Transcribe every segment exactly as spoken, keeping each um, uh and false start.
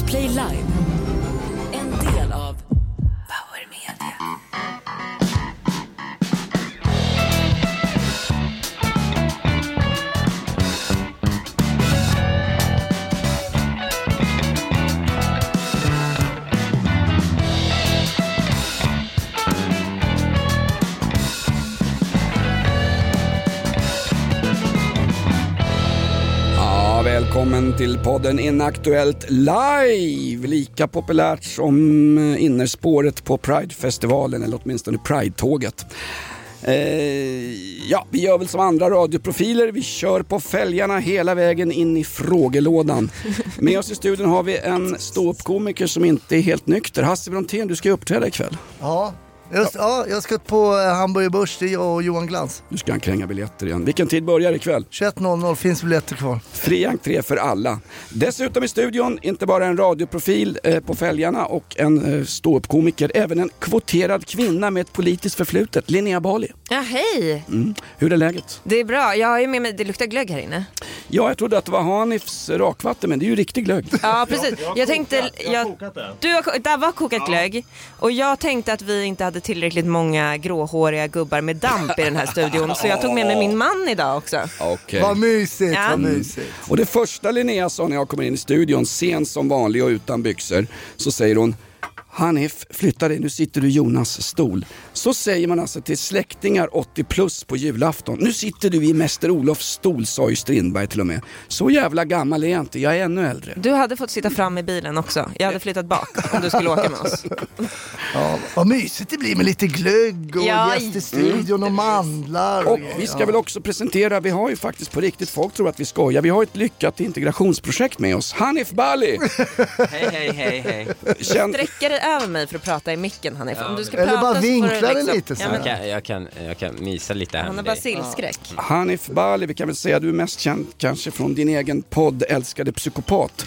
Podplay Live. En del av Power Media. Välkommen till podden Inaktuellt Live. Lika populärt som innerspåret på Pride-festivalen, eller åtminstone Pride-tåget. Eh, ja, vi gör väl som andra radioprofiler. Vi kör på fälgarna hela vägen in i frågelådan. Med oss i studion har vi en ståuppkomiker som inte är helt nykter. Hasse Brontén, du ska uppträda ikväll. Ja. Just, ja, jag ska på Hamburger Börs, det och Johan Glans. Du ska kränga biljetter igen. Vilken tid börjar ikväll? tjugoett noll noll, finns biljetter kvar. Fri entré för alla. Dessutom i studion, inte bara en radioprofil eh, på fälgarna och en eh, ståuppkomiker, även en kvoterad kvinna med ett politiskt förflutet, Linnea Bali. Ja, hej! Mm. Hur är läget? Det är bra, jag har ju med mig, det luktar glögg här inne. Ja, jag trodde att det var Hanifs rakvatten, men det är ju riktig glögg. Ja, precis. Jag, jag, jag tänkte, jag, jag har kokat det. Du har, där var kokat ja. glögg. Och jag tänkte att vi inte hade tillräckligt många gråhåriga gubbar med damp i den här studion. Så jag tog med mig min man idag också. Okay. Vad mysigt, ja. vad mysigt. Och det första Linnea sa när jag kommer in i studion, sen som vanlig och utan byxor, så säger hon: Hanif, flytta dig, nu sitter du i Jonas stol. Så säger man alltså till släktingar åttio plus på julafton. Nu sitter du i Mäster Olofs stol, sa ju Strindberg till och med. Så jävla gammal är jag inte, jag är ännu äldre. Du hade fått sitta fram i bilen också. Jag hade flyttat bak om du skulle åka med oss. Ja, vad mysigt det blir med lite glögg och ja, gäst i studion och mandlar. Och, och vi ska ja. väl också presentera, vi har ju faktiskt på riktigt, folk tror att vi skojar. Vi har ett lyckat integrationsprojekt med oss. Hanif Bali! Hej, hej, hej, hej. Känn... Sträcker dig över mig för att prata i micken, Hanif. Om du ska Eller prata bara så vinkla får du liksom... det lite så. Ja, men... jag, kan, jag, kan, jag kan misa lite här. Han har basilskräck. Ja. Hanif Bali, vi kan väl säga du är mest känd kanske från din egen podd Älskade psykopat.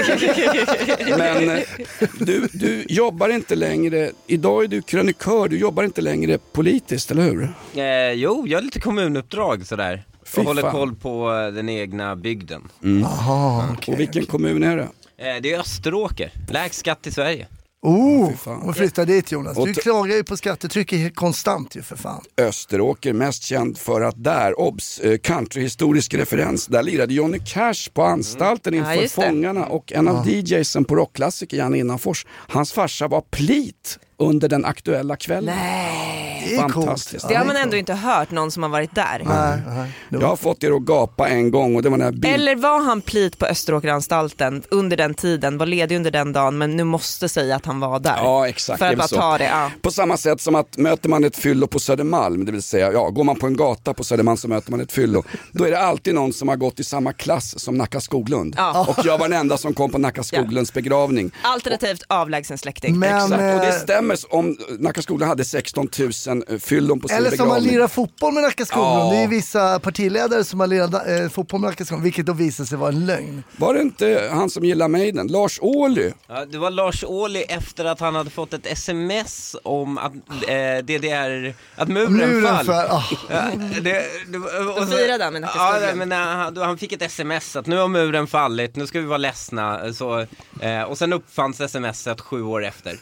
Men du, du jobbar inte längre, idag är du krönikör, du jobbar inte längre politiskt, eller hur? Eh, jo, jag har lite kommunuppdrag sådär. Fy och håller fan. koll på den egna bygden. Mm. Aha, okay. Och vilken kommun är det? Eh, det är Österåker, lägst skatt i Sverige. Oh, fan. och flytta dit Jonas. Och du t- klagar ju på skattetrycket helt konstant ju för fan. Österåker, mest känd för att där, obs, eh, countryhistorisk referens, där lirade Johnny Cash på anstalten Mm. Ja, inför just det. fångarna och en av Ja. D Jsen på rockklassiker, Janne Innanfors, hans farsa var plit under den aktuella kvällen. Nej. Det är Fantastiskt. coolt. Det har Ja, man det är ändå inte hört någon som har varit där. Nej, nej. Det var- Jag har fått er att gapa en gång och det var den här bild- Eller var han plit på Österåkeranstalten under den tiden, var ledig under den dagen, men nu måste säga att han var där. Ja, exakt. För det är att bara väl så. ta det, ja. På samma sätt som att möter man ett fyllo på Södermalm, det vill säga, ja, går man på en gata på Södermalm så möter man ett fyllo, då är det alltid någon som har gått i samma klass som Nacka Skoglund. Ja. Och jag var den enda som kom på Nacka Skoglunds begravning. Alternativt avlägsen släkting. Men, Exakt, och det eh, stämmer om Nacka Skoglund hade sexton tusen fyllon på sin Eller som man begravning. lirar fotboll med Nacka Skoglund. Ja. Det är vissa partiledare som har lirat eh, fotboll med Nacka Skoglund, vilket då visar sig vara en lögn. Var det inte han som gillar Maiden, Lars Ohly? Ja, det var Lars Ohly efter att han hade fått ett sms om att eh, D D R, att muren, Muren fall. för, ah. Ja, det, det, och Då så- firade han med Nacka Ja, Skoglund. men när han, då han fick ett sms att nu har muren fallit, nu ska vi vara ledsna. Så, eh, och sen uppfanns smset sju år efter.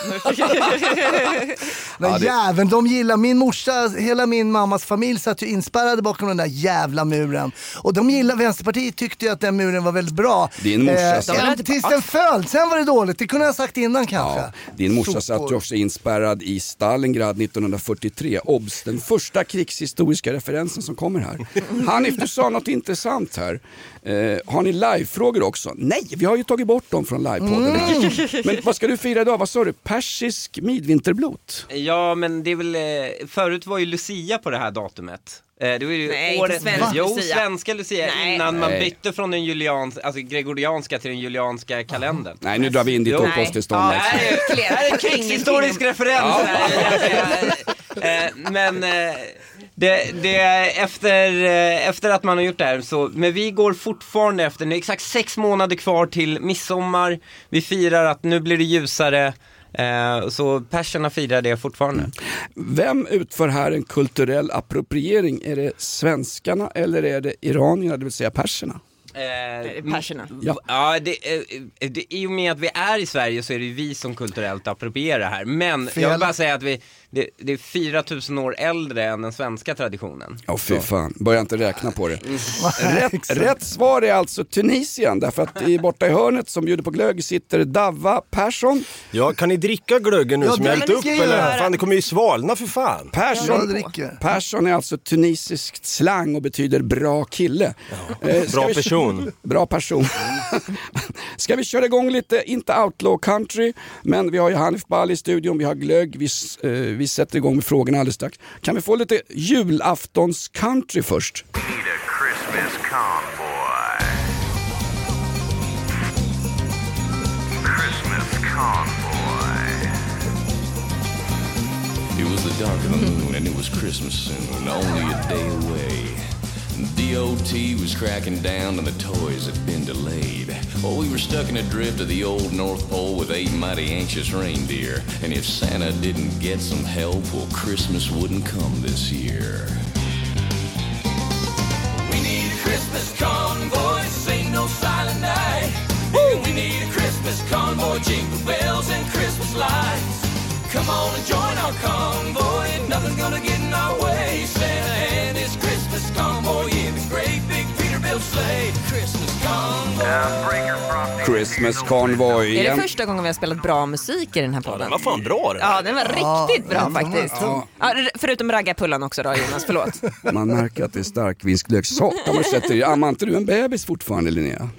Den Ja, det- jäveln, de gillar, min morsa, hela min mammas familj satt ju inspärrade bakom den där jävla muren. Och de gillar, Vänsterpartiet tyckte ju att den muren var väldigt bra. Din morsa satt- eh, tills den föll, sen var det dåligt, det kunde jag ha sagt innan kanske. Ja, din morsa satt ju också inspärrad i Stalingrad nittonhundrafyrtiotre. Obs, den första krigshistoriska referensen som kommer här. Hanif, du sa något intressant här. Eh, har ni live-frågor också? Nej, vi har ju tagit bort dem från livepodden här. Mm. Men vad ska du fira idag? Vad sa du? Persisk midvinterblot? Ja, men det är väl, eh, förut var ju Lucia på det här datumet. Eh, det var ju Nej, inte året, svensk jo, Lucia. svenska Lucia, Nej. innan man Nej. bytte från den julians, alltså gregorianska till den julianska kalendern. Nej, nu drar vi in ditt Jo. uppehållstillstånd. Ja, Det här är- det här är krigshistorisk referens här. Eh, Men eh, det, det är efter, eh, efter att man har gjort det här så, men vi går fortfarande efter, det är exakt sex månader kvar till midsommar. Vi firar att nu blir det ljusare. Eh, så perserna firar det fortfarande. Vem utför här en kulturell appropriering? Är det svenskarna eller är det iranierna, det vill säga perserna? Eh, Perserna. Ja. Ja, det, eh, det, i och med att vi är i Sverige så är det ju vi som kulturellt approprierar här. Men Fel. jag vill bara säga att vi, det, det är fyra tusen år äldre än den svenska traditionen. Ja, fy fan. Börja inte räkna på det. Rätt, Exakt. rätt svar är alltså Tunisien, därför att i borta i hörnet som bjuder på glögg sitter Dava Persson. Ja, kan ni dricka glöggen nu Ja, som det- jag men hällt det upp ska jag eller? göra. Fan, det kommer ju svalna för fan. Jag Persson, dricker. Persson är alltså tunisiskt slang och betyder bra kille. Eh, ska Bra vi- person. Bra person. Ska vi köra igång lite, inte outlaw country, men vi har ju Hanif Bali i studion, vi har glögg, vi, s- eh, vi sätter igång med frågorna alldeles strax. Kan vi få lite julaftons country först? Need a Christmas convoy. Christmas convoy. It was the dark of the moon and it was Christmas soon, only a day away. D O T was cracking down and the toys had been delayed. Oh, we were stuck in a drift of the old North Pole with eight mighty anxious reindeer. And if Santa didn't get some help, well, Christmas wouldn't come this year. We need a Christmas convoy, this ain't no silent night. Yeah, we need a Christmas convoy, jingle bells and Christmas lights. Come on and join our convoy, and nothing's gonna get in our way. Santa and his Christmas convoy in his great big Peterbilt sleigh. Christmas convoy. Breaker frosty. Christmas Convoy. Är det Igen. första gången vi har spelat bra musik i den här Ja, podden? den var fan bra det. Ja, den var riktigt bra den var faktiskt. tung. Ja, r- förutom raggarpullan också då, Jonas, förlåt. Man märker att det är starkvinsglögg. Satan, man sätter i. Ammar inte du en bebis fortfarande, Linnea?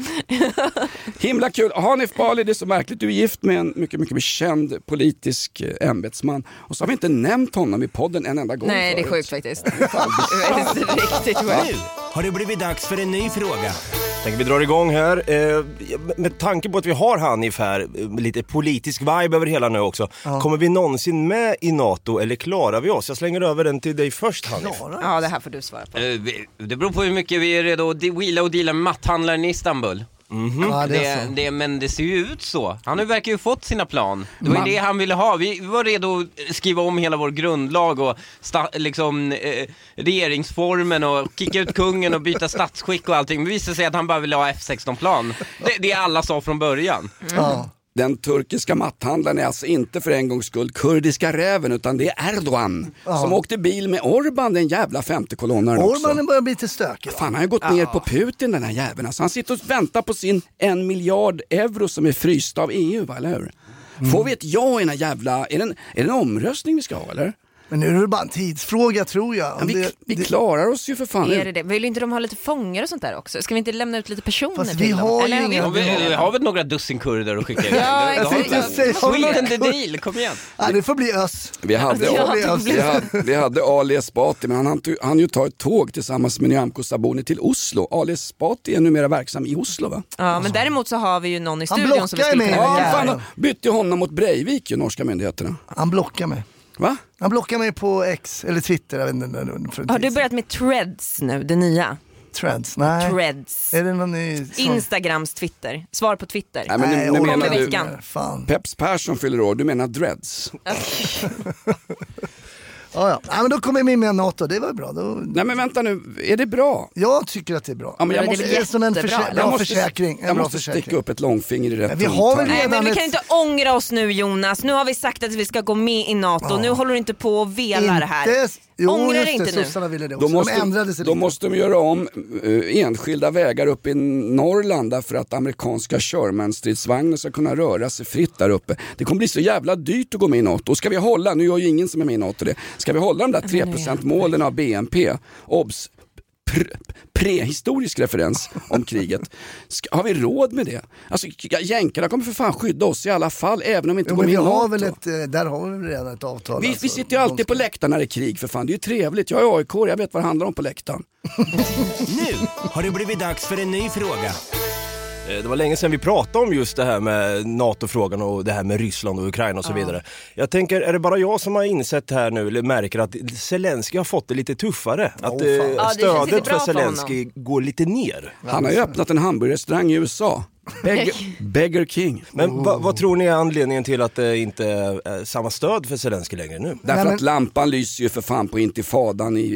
Himla kul. Hanif Bali, det är så märkligt. Du är gift med en mycket, mycket känd politisk eh, ämbetsman. Och så har vi inte nämnt honom i podden en enda gång. Nej, det är förut. sjukt faktiskt. Det är riktigt sjukt. Har det blivit dags för en ny fråga? Tänker vi drar igång här. Eh, med tanke på att vi har Hanif här, eh, lite politisk vibe över hela nu också. Ja. Kommer vi någonsin med i NATO eller klarar vi oss? Jag slänger över den till dig först, Hanif. Ja, det här får du svara på. Eh, vi- Det beror på hur mycket vi är redo att de- wheela och deala med matthandlaren i Istanbul. Ja, det är Det, så. det, men det ser ju ut så. Han har- verkar ju fått sina plan. Det var ju Man- det han ville ha. Vi var redo att skriva om hela vår grundlag och sta, liksom, eh, regeringsformen och kicka ut kungen och byta statsskick och allting. Men det visade sig att han bara ville ha F sexton-plan. Det, det alla sa från början. Ja. Den turkiska matthandlaren är alltså inte för en gångs skull kurdiska räven, utan det är Erdogan som åkte bil med Orban, den jävla femtekolonnaren också. Orbanen börjar bli lite stökig. Fan, han har ju gått ner på Putin, den här jäveln. Alltså, han sitter och väntar på sin en miljard euro som är fryst av E U, va, eller hur? Får vi ett ja i den här jävla... Är det en, är det en omröstning vi ska ha, eller? Men nu är det bara en tidsfråga, tror jag. Ja, vi, det, vi det, klarar oss ju för fan. Är det det? Vill inte de ha lite fångar och sånt där också? Ska vi inte lämna ut lite personer Fast till vi dem? har ju Eller inga- Ja, vi, vi har väl några dussin kurder att skicka iväg. Ja, Det- det har exakt. vi- Jag säger- Sweeten the deal, kom igen. ja, det får bli ös. Vi hade, Ja, vi, det blir- hade, vi hade Ali Esbati, men han hann ju- hann ju ta ett tåg tillsammans med Nyamko Sabuni till Oslo. Ali Esbati är numera verksam i Oslo, va? Ja, men däremot så har vi ju någon i Han studion som vi blockar skulle mig. kunna Ja, jäveln. fan, de bytte honom mot Breivik, ju norska myndigheterna. Han blockar mig. Va? Han blockar mig på X, eller Twitter. Jag vet inte, för en Har tid du börjat med Threads nu, det nya? Threads? Nej. Threads. Är det någon ny... sån- Instagrams Twitter. Svar på Twitter. Nej, men nu, Nej, nu orkar menar kommer du... veckan. Fan. Peps Persson fyller år, du menar dreads. Ja, ja. Nej, men då kommer vi med NATO, det var bra. Då... Nej men vänta nu, är det bra? Jag tycker att det är bra. Ja, men jag det är måste, väl Det är som en jättebra, försä- eller? bra jag måste, försäkring. En jag bra måste försäkring. sticka upp ett långfinger i rätt Men vi har väl tontal. Nej, men vi redan kan ett- inte ångra oss nu, Jonas. Nu har vi sagt att vi ska gå med i NATO. Nu håller du inte på och velar här. Inte... Jo, Ångrar just dig inte det, nu. sossarna ville det också. Då måste, de ändrade sig då lite. måste de göra om uh, enskilda vägar upp i Norrland för att amerikanska Sherman-stridsvagnar ska kunna röra sig fritt där uppe. Det kommer bli så jävla dyrt att gå med i NATO. Och ska vi hålla, nu gör ju ingen som är med i NATO det, ska vi hålla de där tre procent målen av B N P, obs, pre- prehistorisk referens om kriget. Ska, har vi råd med det? Alltså jänkarna kommer för fan skydda oss i alla fall, även om vi inte Jo, går men med vi i har NATO. väl ett, eh, där har vi väl redan ett avtal. Vi, alltså. vi sitter ju alltid på läktaren när det är krig för fan. Det är ju trevligt. Jag är A I K, jag vet vad det handlar om på läktaren. Nu har det blivit dags för en ny fråga. Det var länge sedan vi pratade om just det här med NATO-frågan och det här med Ryssland och Ukraina och så vidare. Jag tänker, är det bara jag som har insett här nu, eller märker att Zelensky har fått det lite tuffare? Att fan. eh, Ja, det känns stödet lite bra för för Zelensky går lite ner. Han har ju öppnat en hamburgerrestaurang i U S A. Beggar, Beggar King. Men va, vad tror ni är anledningen till att det inte är samma stöd för Zelensky längre nu? Därför Nej, men- att lampan lyser ju för fan på intifadan i, i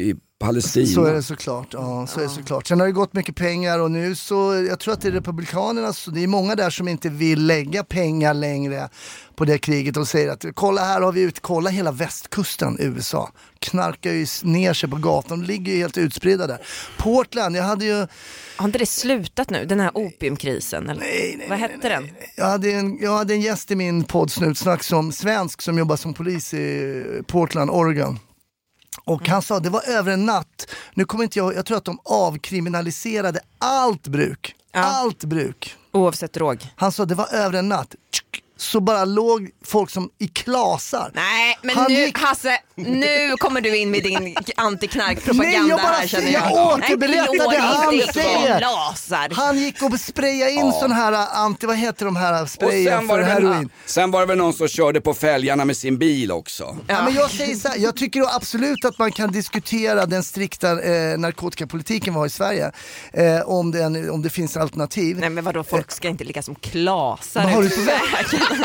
Palestina. Så är det såklart, ja, så är det såklart. Sen har det gått mycket pengar och nu så, jag tror att det är republikanerna, så det är många där som inte vill lägga pengar längre på det kriget och säger att kolla här har vi ut, kolla hela västkusten U S A. Knarkar ju ner sig på gatan, de ligger ju helt utspridda där. Portland, jag hade ju... Har inte det slutat nu, den här opiumkrisen? Eller? Nej, nej, Vad hette nej, den? Nej, nej. Jag, hade en, jag hade en gäst i min podd Snutsnack som svensk som jobbar som polis i Portland, Oregon. Och han sa, det var över en natt. Nu kommer inte jag, jag tror att de avkriminaliserade allt bruk. Ja. Allt bruk. Oavsett drog. Han sa, det var över en natt. Så bara låg folk som i klasar. Nej, men Han nu gick- Hasse, nu kommer du in med din antiknarkpropaganda Nej, jag bara här, känner säger- jag. jag återberättar det han inte säger. Glasar. Han gick och sprayade in sån här anti, vad heter de här Och sprayen sen var, för det väl, heroin. sen var det väl någon som körde på fälgarna med sin bil också. Ja. Men jag säger så här, jag tycker absolut att man kan diskutera den strikta eh, narkotikapolitiken vi har i Sverige. Eh, om, det, om det finns alternativ. Nej men vadå, folk ska inte ligga som klasar Vad har du ute på för- vägen.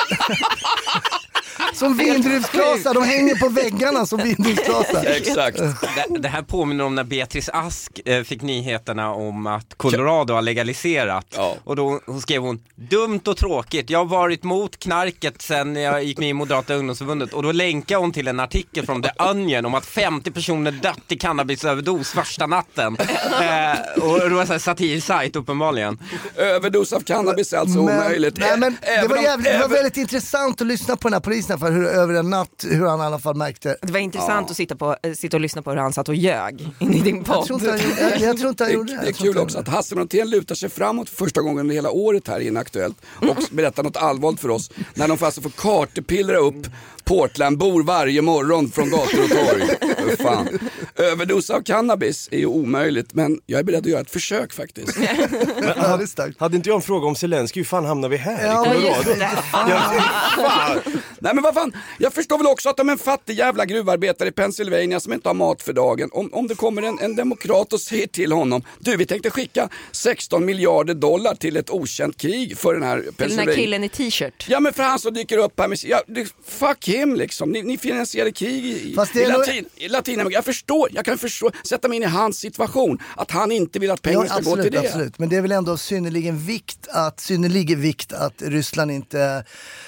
Som vindruvsklasar, de hänger på väggarna som vindruvsklasar. Exakt. Det, det här påminner om när Beatrice Ask eh, fick nyheterna om att Colorado har legaliserat. Ja. Och då hon skrev hon, dumt och tråkigt, jag har varit mot knarket sen jag gick med i Moderata ungdomsförbundet. Och då länkade hon till en artikel från The Onion om att femtio personer dött i cannabisöverdos första natten. eh, och det var så här satirsajt uppenbarligen. Överdos av cannabis är alltså omöjligt. Nej, men det, Även var om- jävligt, det var även- väldigt intressant att lyssna på den här polisen för hur över en natt, hur han i alla fall märkte. Det var intressant att sitta, på, äh, sitta och lyssna på hur han satt och ljög in i din Jag podd. tror inte han gjorde jag, jag tror inte han Det, gjorde det. det är Jag tror kul inte också han att Hasse Brontén lutar sig framåt för första gången under hela året här i Inaktuellt och berättar något allvarligt för oss. När de får alltså få kartepillra upp Portlandbor varje morgon från gator och torg. Hur fan. Överdos av cannabis är ju omöjligt, men jag är beredd att göra ett försök faktiskt. gjorde. Ja, det är starkt. Hade inte jag en fråga om Zelensky, hur fan hamnar vi här? Ja, I men Colorado? just det. Ja, fan. Nej men vad fan, jag förstår väl också att de är en fattig jävla gruvarbetare i Pennsylvania som inte har mat för dagen. Om, om det kommer en, en demokrat och säger till honom, du vi tänkte skicka sexton miljarder dollar till ett okänt krig för den här Till den Pennsylvania. här killen i t-shirt. Ja men för han som dyker upp här med, ja, det, fuck him liksom, ni, ni finansierar krig i, Fast det i, är nog- Latin, i Latinamerika. Jag förstår, jag kan förstå, sätta mig in i hans situation, att han inte vill att pengar Ja, ska gå till absolut, det. absolut. Men det är väl ändå synnerligen vikt att, synnerligen vikt att Ryssland inte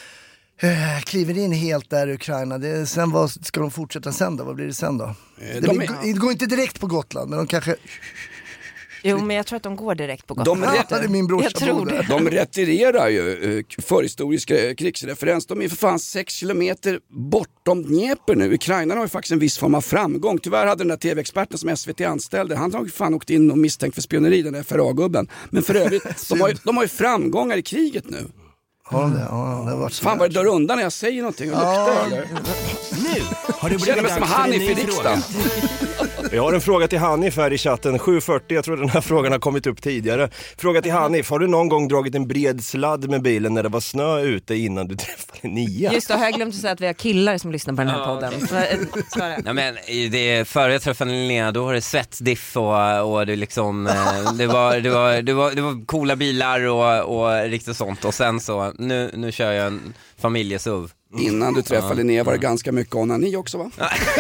eh, kliver in helt där i Ukraina. Det, sen vad ska de fortsätta sen då? Vad blir det sen då? Det, de blir, är- det går inte direkt på Gotland, men de kanske... Jo men jag tror att de går direkt på De Gotland. är Ja, det är min brorsa Jag tror bor där. det. De retirerar ju, eh, förhistorisk eh, krigsreferens. De är för fan sex kilometer bortom Dnepr nu. Ukraina har ju faktiskt en viss form av framgång. Tyvärr hade den där tv-experten som S V T anställde, han har ju fan åkt in och misstänkt för spioneri, den där F R A-gubben. Men för övrigt, de har, ju, de har ju framgångar i kriget nu. Har de det? Ja, det har varit så Fan där. vad det dör undan när jag säger någonting och luktar eller? Nu har det Jag känner blivit mig som dags för en Hanif i ny riksdagen. fråga. Jag har en fråga till Hanif här i chatten, sju fyrtio, jag tror den här frågan har kommit upp tidigare. Fråga till Hanif, har du någon gång dragit en bred sladd med bilen när det var snö ute innan du träffade Nia? Just det, har jag glömt att säga att vi har killar som lyssnar på den här podden. Svara. Ja, men det, före jag träffade Linnea då var det svetsdiff och, och det, liksom, eh, det, var, det, var, det, var, det var coola bilar och, och riktigt sånt. Och sen så, nu, nu kör jag en familjesuv. Innan du träffade Linnea var det ganska mycket onani också va?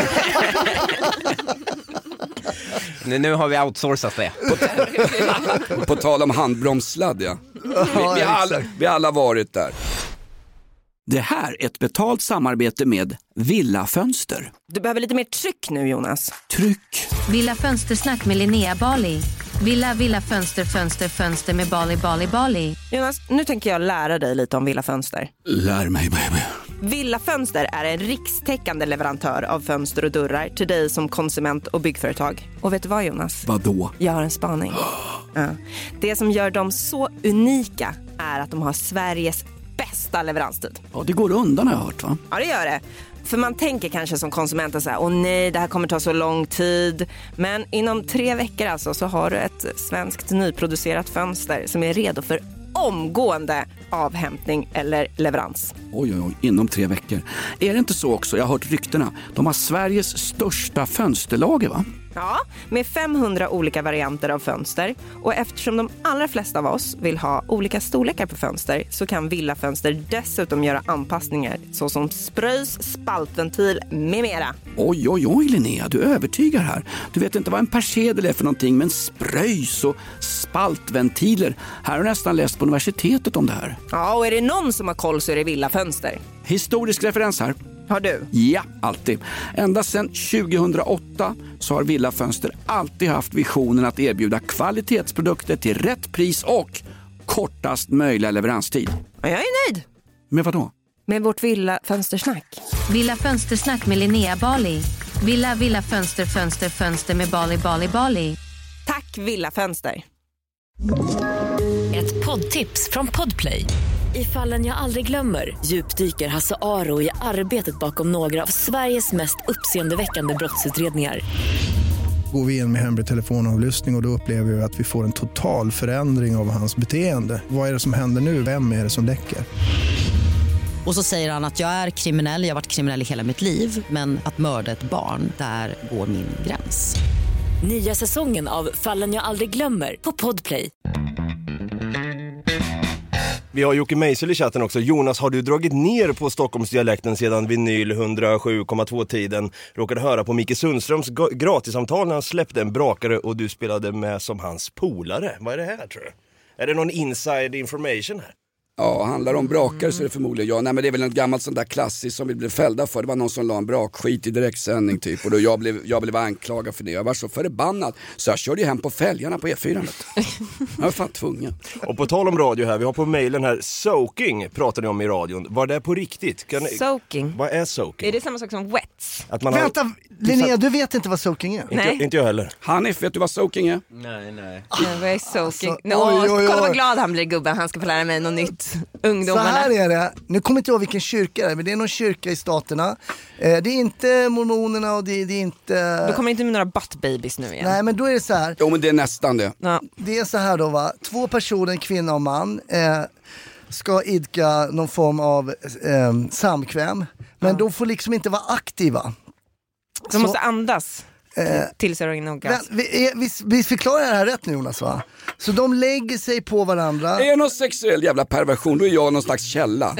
Nu, nu har vi outsourcat det. På tal om handbromssladd ja. Vi, Ja, vi, har alla, exakt. vi har alla varit där. Det här är ett betalt samarbete med Villa Fönster. Du behöver lite mer tryck nu Jonas. Tryck! Villa Fönstersnack med Linnea Bali. Villa, Villa Fönster, Fönster, Fönster med Bali, Bali, Bali. Jonas, nu tänker jag lära dig lite om Villa Fönster. Lär mig baby. Villa Fönster är en rikstäckande leverantör av fönster och dörrar till dig som konsument och byggföretag. Och vet du vad Jonas? Vadå? Jag har en spaning. Ja. Det som gör dem så unika är att de har Sveriges bästa leveranstid. Ja, det går undan har jag hört va? Ja, det gör det. För man tänker kanske som konsument så här, åh nej, det här kommer ta så lång tid. Men inom tre veckor alltså så har du ett svenskt nyproducerat fönster som är redo för omgående avhämtning eller leverans. Oj, oj, oj, inom tre veckor. Är det inte så också, jag har hört ryktena, de har Sveriges största fönsterlager va? Ja, med femhundra olika varianter av fönster. Och eftersom de allra flesta av oss vill ha olika storlekar på fönster så kan Villa Fönster dessutom göra anpassningar såsom spröjs, spaltventil med mera. Oj, oj, oj Linnea, du övertygar här. Du vet inte vad en persedel är för någonting, men spröjs och spaltventiler. Här har jag nästan läst på universitetet om det här. Ja, och är det någon som har koll så är det Villa Fönster. Historisk referens här. Har du? Ja, alltid. Ända sedan tjugohundraåtta så har Villa Fönster alltid haft visionen att erbjuda kvalitetsprodukter till rätt pris och kortast möjliga leveranstid. Jag är nöjd. Med vad då? Med vårt Villa Fönstersnack. Villa Fönstersnack med Linnea Bali. Villa, Villa Fönster, Fönster, Fönster med Bali, Bali, Bali. Tack Villa Fönster. Ett poddtips från Podplay. I Fallen jag aldrig glömmer djupdyker Hasse Aro i arbetet bakom några av Sveriges mest uppseendeväckande brottsutredningar. Går vi in med hemlig telefonavlyssning och, och då upplever vi att vi får en total förändring av hans beteende. Vad är det som händer nu? Vem är det som läcker? Och så säger han att jag är kriminell, jag har varit kriminell i hela mitt liv. Men att mörda ett barn, där går min gräns. Nya säsongen av Fallen jag aldrig glömmer på Podplay. Vi har Jocke Meisel i chatten också. Jonas, har du dragit ner på Stockholmsdialekten sedan vinyl hundrasju komma två-tiden? Råkade höra på Micke Sundströms gratissamtal när han släppte en brakare och du spelade med som hans polare. Vad är det här, tror du? Är det någon inside information här? Ja, handlar det om brakare så är det förmodligen ja. Nej, men det är väl en gammalt sån där klassiskt som vi blev fällda för. Det var någon som la en brakskit i direktsändning typ. Och då jag blev, jag blev anklagad för det. Jag var så förbannad. Så jag körde ju hem på fälgarna på E fyra. Jag var fan tvungen. Och på tal om radio här, vi har på mejlen här, soaking pratade ni om i radion. Var det på riktigt? Kan ni... Soaking? Vad är soaking? Är det samma sak som wets? Att man Vänta, har... Linnea, du vet inte vad soaking är? Nej. Inte, inte jag heller. Hanif, vet du vad soaking är? Nej, nej. Ja, vad är soaking? Alltså, Nå, oj, oj, oj. Kolla vad glad han blir, gubben. Han ska få lära mig något nytt. Så Ungdomarna. här är det, nu kommer inte ihåg vilken kyrka det är, men det är någon kyrka i staterna. Eh, det är inte mormonerna och det, det är inte... Du kommer inte med några butt babies nu igen. Nej, men då är det så här. Jo, men det är nästan det. Ja. Det är så här då va, två personer, kvinna och man, eh, ska idka någon form av eh, samkväm. Men Ja. de får liksom inte vara aktiva. De måste andas. Eh, Tills jag in och gas. vi, vi, vi förklarar det här rätt nu, Jonas, va? Så de lägger sig på varandra. Är det någon sexuell jävla perversion, då är jag någon slags källa.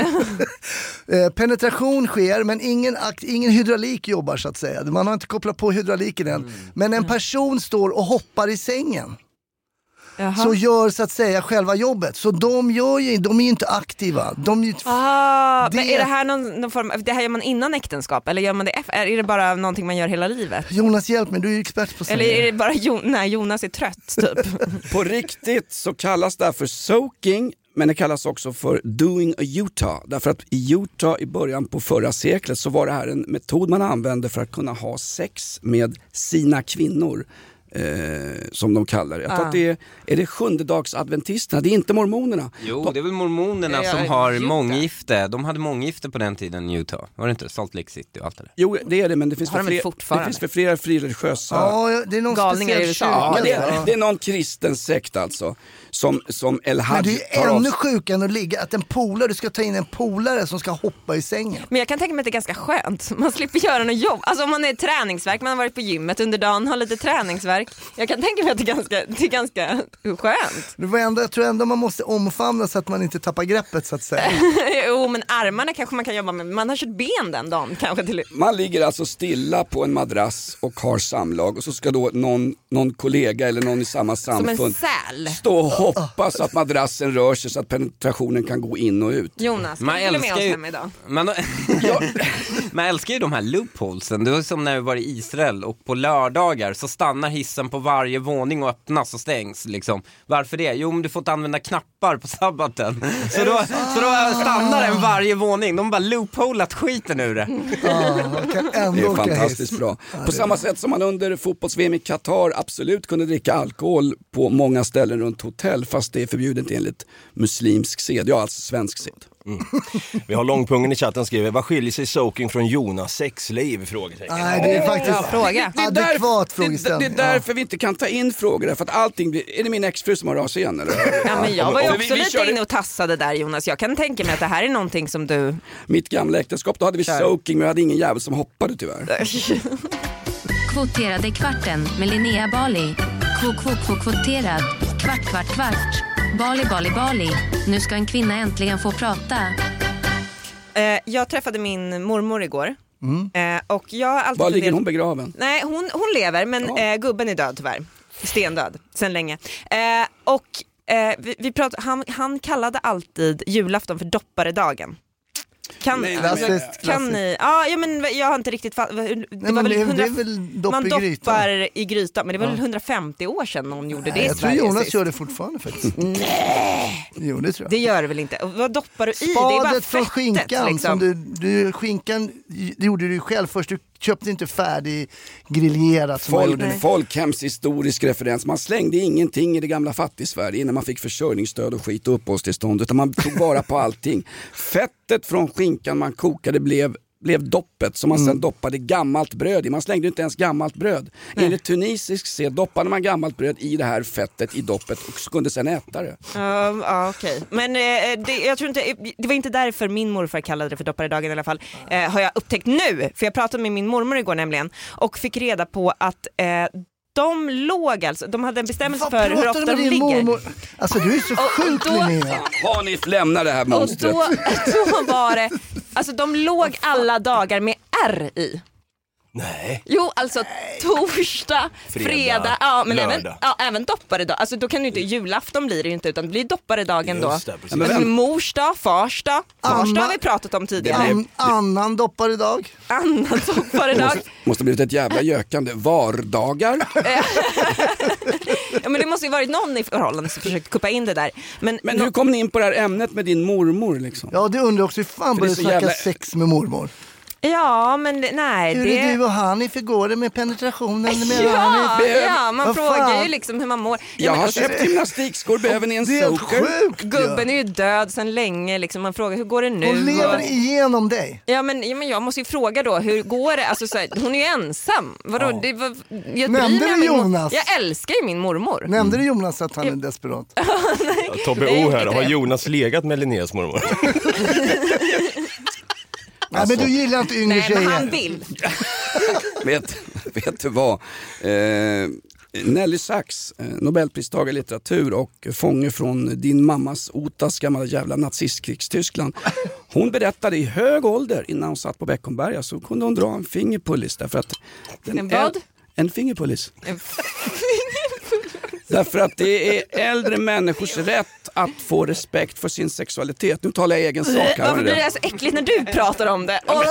eh, penetration sker, men ingen, akt, ingen hydraulik jobbar så att säga. Man har inte kopplat på hydrauliken än. Mm. Men en person står och hoppar i sängen. Jaha. Så gör så att säga själva jobbet. Så de, gör ju, de är ju inte aktiva. De är ju, ah, det... Men är det här någon, någon form, det här gör man innan äktenskap? Eller gör man det efter? Är det bara någonting man gör hela livet? Jonas, hjälp mig, du är ju expert på Eller är det bara jo, när Jonas är trött typ? På riktigt så kallas det här för soaking. Men det kallas också för doing a Utah. Därför att i Utah i början på förra seklet så var det här en metod man använde för att kunna ha sex med sina kvinnor. Eh, som de kallar det. Jag tror ah. att det är, är det sjundedagsadventisterna, det är inte mormonerna. Jo, de, det är väl mormonerna Ja, ja, som har Utah. månggifte. De hade månggifte på den tiden i Utah. Var det inte? Salt Lake City och allt det där. Jo, det är det, men det finns, Har för de väl fler, det fortfarande? finns för flera frireligiösa. Ja, det är någon Galningar i speciell U S A. kyrka. Ja, det, är, det är någon kristen sekt alltså. Som, som El Men Hajj det är tar ännu av. sjukare än att ligga, att en polare, du ska ta in en polare som ska hoppa i sängen. Men jag kan tänka mig att det är ganska skönt. Man slipper göra något jobb. Alltså om man är träningsverk, man har varit på gymmet under dagen, har lite träningsverk. Jag kan tänka mig att det är ganska, det är ganska skönt. Det var ändå, jag tror ändå man måste omfamna så att man inte tappar greppet så att säga. Jo, men armarna kanske man kan jobba med. Man har kört ben den dagen kanske till. Man ligger alltså stilla på en madrass och har samlag och så ska då någon, någon kollega eller någon i samma Som en samfund säl. stå och hoppa så att madrassen rör sig så att penetrationen kan gå in och ut. Jonas, Man kan du med oss älskar ju- hem idag? Man, man älskar ju de här loopholesen. Det var som när vi var i Israel och på lördagar så stannar hissen på varje våning och öppnas och stängs liksom. Varför det? Jo, men du får inte använda knappar på sabbaten. Så då, så då stannar den varje våning. De har bara loopholat skiten ur det. Ja, man kan ändå Det är åka fantastiskt hiss. bra. Ja, På det samma är sätt som man under fotbolls-V M i Qatar absolut kunde dricka alkohol på många ställen runt hotell fast det är förbjudet enligt muslimsk sed, ja alltså svensk sed. Mm. Vi har Långpungen i chatten skriver, vad skiljer sig soaking från Jonas sexliv? Frågetecken. Nej, det är faktiskt Ja, fråga. Det är, adekvat därför, det, frågeställning. det är därför vi inte kan ta in frågor där, för att allting blir, är det min exfru som har ras igen eller? Ja, men jag var ju För också vi- vi lite körde- inne och tassade där, Jonas. Jag kan tänka mig att det här är någonting som du... Mitt gamla äktenskap, då hade vi Kör. soaking men jag hade ingen jävel som hoppade tyvärr. Kvoterade kvarten med Linnea Bali. Kvot-kvot-kvoterad. Kvart, kvart, kvart. Bali, Bali, Bali. Nu ska en kvinna äntligen få prata. Eh, jag träffade min mormor igår. Mm. Eh, och jag har alltid Var ligger funderat- hon begraven? Nej, hon, hon lever, men Ja. eh, gubben är död tyvärr. Stendöd, sen länge. Eh, och eh, vi, vi prat, han, han kallade alltid julafton för dopparedagen. Kan, Nej, alltså, klassiskt, kan klassiskt. ni, ja, ja men jag har inte riktigt fatt, det var Nej, väl men det, hundra, det är väl dopp man i grytan. doppar i grytan, men det var väl Ja. hundrafemtio år sedan någon gjorde det Nej, i jag tror Sverige Jonas sist. gör det fortfarande faktiskt. Nej. Jo, det tror jag. Det gör det väl inte. Och vad doppar du i? Det är bara Spadet från fettet skinkan. liksom. Som du, du, skinkan det gjorde du själv först. Du köpte inte färdig griljerat som man Folk, gjorde. folkhemshistorisk referens. Man slängde ingenting i det gamla fattig-Sverige innan man fick försörjningsstöd och skit och uppehållstillstånd, utan man tog vara på allting. Fettet från skinkan man kokade blev blev doppet som man Mm. sen doppade gammalt bröd i. Man slängde inte ens gammalt bröd. Nej. Enligt tunisisk se doppade man gammalt bröd i det här fettet i doppet och så kunde sen äta det. Ja, ja, okej. Men eh, det, jag tror inte, det var inte därför min morfar kallade det för dopparedagen i alla fall. Eh, har jag upptäckt nu, för jag pratade med min mormor igår nämligen och fick reda på att eh, de låg alltså, de hade en bestämmelse för hur ofta de ligger. Mormor? Alltså du är så sjuk, Linnea. Har ni lämnat det här Och monstret? då, då var det, alltså de låg alla dagar med R i. Nej. Jo, alltså torsdag, fredag, Fredag, ja, men lördag. även, ja, även dopparedag. Alltså då kan du inte, julafton blir det ju inte, utan det blir dopparedagen då. Just det, precis. Men Men vem- mors dag, fars dag, fars dag har vi pratat om tidigare. An, annan doppar idag. Annan dopparedag. Måste, måste blivit ett jävla gökande. Vardagar? Ja, men det måste ju varit någon i förhållande som försökt kuppa in det där. Men, Men hur kom ni in på det här ämnet med din mormor liksom? Ja, det undrar också hur fan För det är började så snacka jävla- sex med mormor. Ja, men det- nej. Hur det... är du och Hanif, hur går det med penetrationen med Ja, Hanif? ja, man Vad frågar fan? ju liksom hur man mår. Ja, Jag men har alltså, köpt gymnastikskor, behöver ni en Det är helt soker? sjukt. Gubben är ju död sedan länge liksom. Man frågar hur går det nu? Hon lever Och- igenom dig. Ja men, ja men jag måste ju fråga då, hur går det? Alltså, så här, hon är ju ensam. Vadå? Ja. Det var, jag Nämnde bryr mig du om min mor- Jonas? Jag älskar ju min mormor. Nämnde du Jonas att han är desperat? Ja, Tobbe det är O här, inte har det. Jonas legat med Linneas mormor? Nej, men du gillar inte yngre Nej, men tjejer. han vill. vet, vet du vad? Eh, Nelly Sachs, eh, Nobelpristagare i litteratur och fånge från din mammas Otas gamla jävla nazistkrigs-Tyskland. Hon berättade i hög ålder innan hon satt på Beckomberga så kunde hon dra en fingerpullis därför att den En vad? äl- En fingerpullis. Därför att det är äldre människors rätt att få respekt för sin sexualitet. Nu talar jag egen sak här. Varför blir det så äckligt när du pratar om det? Och...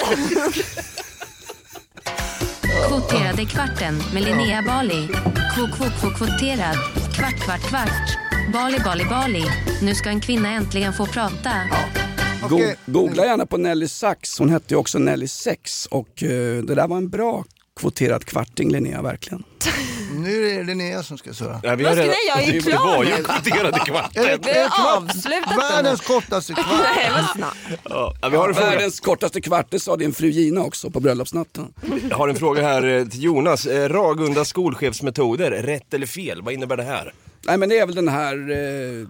Kvoterade kvarten med Linnea Bali. Kvot-kvot-kvoterad. Kvart, kvart, kvart. Bali, Bali, Bali. Nu ska en kvinna äntligen få prata. Go- Okej. Googla gärna på Nelly Sachs. Hon hette ju också Nelly Sex och eh, det där var en bra kvoterad kvarting, Linnea, verkligen. Nu är det Linnea som ska svara. Nej, vi Vad har ska redan- ni? Jag är ju Det klar var ju nu. kvoterade kvarten. Vi har avslutat den. Världens kortaste kvart. Nej, vad snabbt. Ja, vi har en fråga. Världens kortaste kvart, det sa din fru Gina också på bröllopsnatten. Jag har en fråga här eh, till Jonas. Eh, Ragunda skolchefsmetoder, rätt eller fel? Vad innebär det här? Nej, men det är väl den här eh,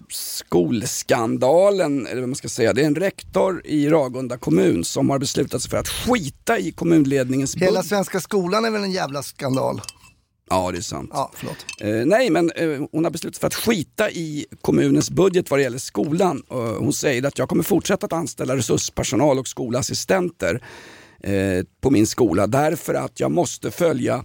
skolskandalen, eller vad man ska säga. Det är en rektor i Ragunda kommun som har beslutat sig för att skita i kommunledningens Hela budget. svenska skolan är väl en jävla skandal. Ja, det är sant. Ja, förlåt. Eh, nej, men eh, hon har beslutat sig för att skita i kommunens budget vad det gäller skolan. Uh, hon säger att jag kommer fortsätta att anställa resurspersonal och skolassistenter eh, på min skola därför att jag måste följa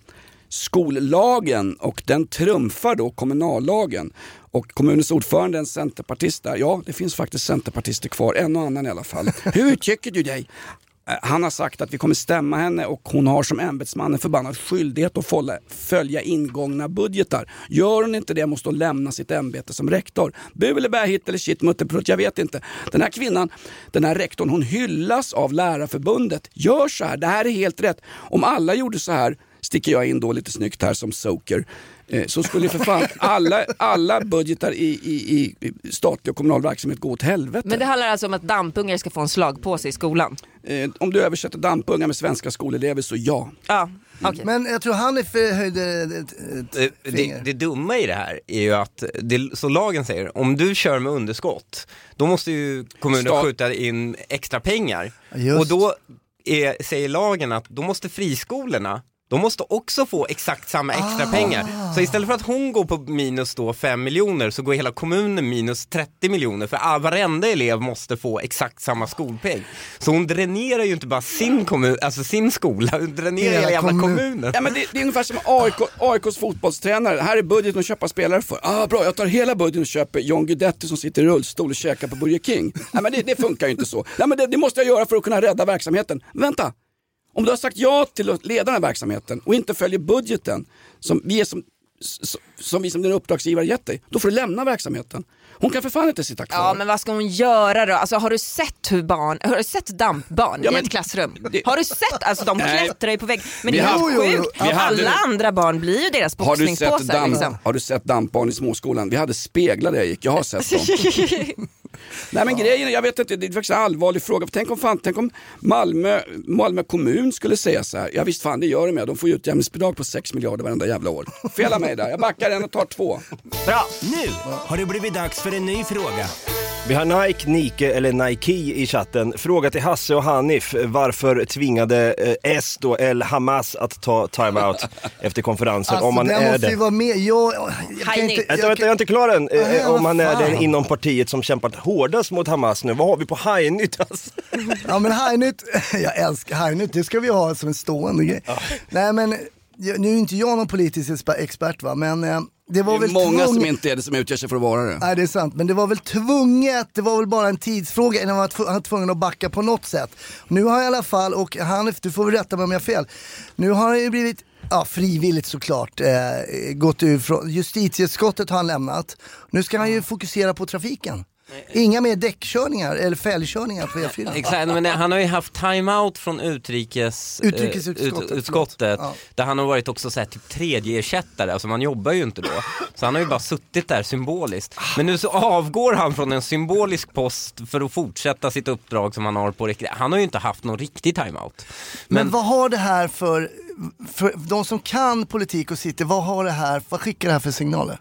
skollagen och den trumfar då kommunallagen. Och kommunens ordförande är en centerpartist där. Ja, det finns faktiskt centerpartister kvar, en och annan i alla fall. Hur tycker du dig? Han har sagt att vi kommer stämma henne och hon har som ämbetsman en förbannad skyldighet att följa, följa ingångna budgetar. Gör hon inte det måste hon lämna sitt ämbete som rektor. Bu eller bä, hit eller shit, mutterprutt, jag vet inte. Den här kvinnan, den här rektorn, hon hyllas av Lärarförbundet. Gör så här, det här är helt rätt. Om alla gjorde så här, sticker jag in då lite snyggt här som soker, eh, så skulle för fan alla, alla budgetar i, i, i statlig och kommunal verksamhet gå åt helvete. Men det handlar alltså om att dampungar ska få en slagpåse i skolan? Eh, om du översätter dampungar med svenska skolelever så ja. Ja, okej. Men jag tror han är höjde ett, ett Det, det, finger. det dumma i det här är ju att, det, så lagen säger, om du kör med underskott, då måste ju kommunen Stat- skjuta in extra pengar. Just. Och då är, säger lagen att då måste friskolorna, de måste också få exakt samma extra Ah. pengar. Så istället för att hon går på minus då fem miljoner så går hela kommunen minus trettio miljoner, för all, varenda elev måste få exakt samma skolpeng. Så hon dränerar ju inte bara sin kommun, alltså sin skola, hon dränerar hela jävla kommun. kommunen. Ja, men det, det är ungefär som A I K, A I K:s fotbollstränare. Här är budgeten att köpa spelare för. Ah, bra, jag tar hela budgeten och köper John Guidetti som sitter i rullstol och käkar på Burger King. Nej, men det, det funkar ju inte så. Nej, men det, det måste jag göra för att kunna rädda verksamheten. Vänta, om du har sagt ja till att leda den här verksamheten och inte följer budgeten som vi är som, som, som vi som din uppdragsgivare gett dig, då får du lämna verksamheten. Hon kan för fan inte sitta kvar. Ja, men vad ska hon göra då? Alltså, har du sett hur barn, har du sett dampbarn Ja, i men- ett klassrum? det- Har du sett? Alltså de Nej. klättrar ju på vägg. Men Vi det är hade- ju Jo, jo, sjukt. vi hade- Alla andra barn blir ju deras Har du, sett boxningspåsar damp, liksom. har du sett dampbarn i småskolan? Vi hade speglar där jag gick, jag har sett dem. Nej, men grejen är, jag vet inte, det är faktiskt en allvarlig fråga. Tänk om, fan, tänk om Malmö, Malmö kommun skulle säga så här: ja visst fan, det gör de med, de får ju utjämningsbidrag på sex miljarder varenda jävla år. Fela mig där, jag backar en och tar två. Bra. Nu har det blivit dags för en ny fråga. Vi har Nike, Nike eller Nike i chatten. Fråga till Hasse och Hanif. Varför tvingade eh, S då El Hamas att ta timeout efter konferensen? Alltså om man den är måste ju det. vara med. Jag, jag kan Heini. inte, Vänta, vänta, jag är inte klar än. Eh, Nej, om man vad är fan. den inom partiet som kämpat hårdast mot Hamas nu. Vad har vi på Hajnytt? Alltså? Ja, men Hajnytt, jag älskar Hajnytt, det ska vi ha som en stående grej. Nej, men jag- nu är inte jag någon politisk exper- expert va, men eh, det var Det är väl många tvungen... som inte är det som utger sig för att vara det. Nej, det är sant, men det var väl tvunget, det var väl bara en tidsfråga innan man var tv- han var tvungen att backa på något sätt. Nu har jag i alla fall, och han, du får väl rätta mig om jag har fel, nu har han ju blivit, ja frivilligt såklart, eh, gått ur från, justitieutskottet har han lämnat. Nu ska han ju fokusera på trafiken. Inga mer däckkörningar eller fälgkörningar på E fyra. Exakt, men han har ju haft timeout från utrikes, Utrikesutskottet, eh, ut, utskottet Ja. där han har varit också så här, typ tredje ersättare, alltså man jobbar ju inte då. Så han har ju bara suttit där symboliskt. Men nu så avgår han från en symbolisk post för att fortsätta sitt uppdrag som han har på riktigt. Han har ju inte haft någon riktig timeout. Men, Men, vad har det här för, för de som kan politik och sitter, vad har det här, vad skickar det här för signaler?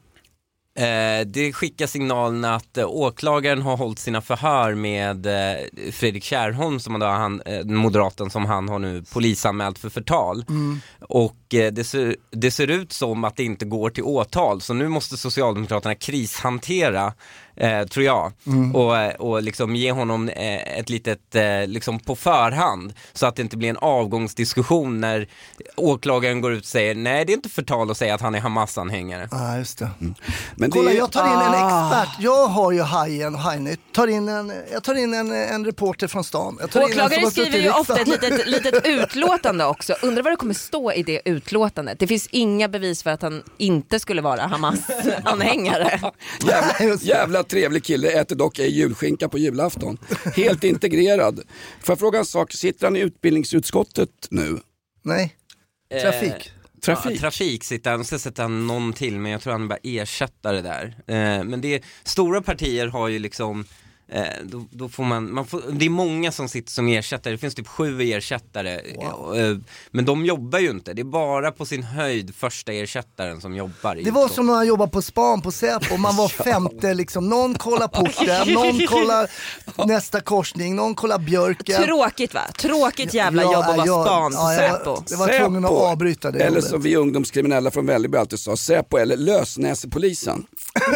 Eh, det skickar signalen att eh, åklagaren har hållit sina förhör med eh, Fredrik Kärrholm, som då han, eh, moderaten som han har nu polisanmält för förtal. Mm. Och eh, det, ser, det ser ut som att det inte går till åtal, så nu måste Socialdemokraterna krishantera, eh, tror jag, Mm. och, eh, och liksom ge honom eh, ett litet eh, liksom på förhand, så att det inte blir en avgångsdiskussion när åklagaren går ut och säger nej, det är inte förtal att säga att han är Hamas-anhängare. Ja, ah, just det. Men det Kolla, är ju- jag tar in en Ah. expert. Jag har ju Hajen och Hajnytt. Tar in en, jag tar in en, en reporter från stan. Jag tar in en som Åklagare har suttit skriver i ju ofta ett riksdagen. litet, litet utlåtande också. Undrar vad det kommer stå i det utlåtandet. Det finns inga bevis för att han inte skulle vara Hamas-anhängare. Jävla, jävla trevlig kille, äter dock ej julskinka på julafton. Helt integrerad. Får jag fråga en sak, sitter han i utbildningsutskottet nu? Nej, trafik. Eh, Trafik. Ja, trafik sitter han, så sätter han någon till, men jag tror han bara ersätter det där. Eh, men det är, stora partier har ju liksom, eh, då, då får man, man får, det är många som sitter som ersättare, det finns typ sju ersättare. Wow. Eh, men de jobbar ju inte, det är bara på sin höjd första ersättaren som jobbar. I Det var utskott. som när man jobbade på span på Säpo. Man var femte liksom. Någon kollar porten, någon kollar nästa korsning, någon kollar björken. Tråkigt va? Tråkigt jävla Ja, jobb att vara ja, span på ja, jag var- Säpo. Det var tvungen att avbryta det. Eller jobbet. som vi ungdomskriminella från Vällingby alltid sa, Säpo eller lösnäsepolisen.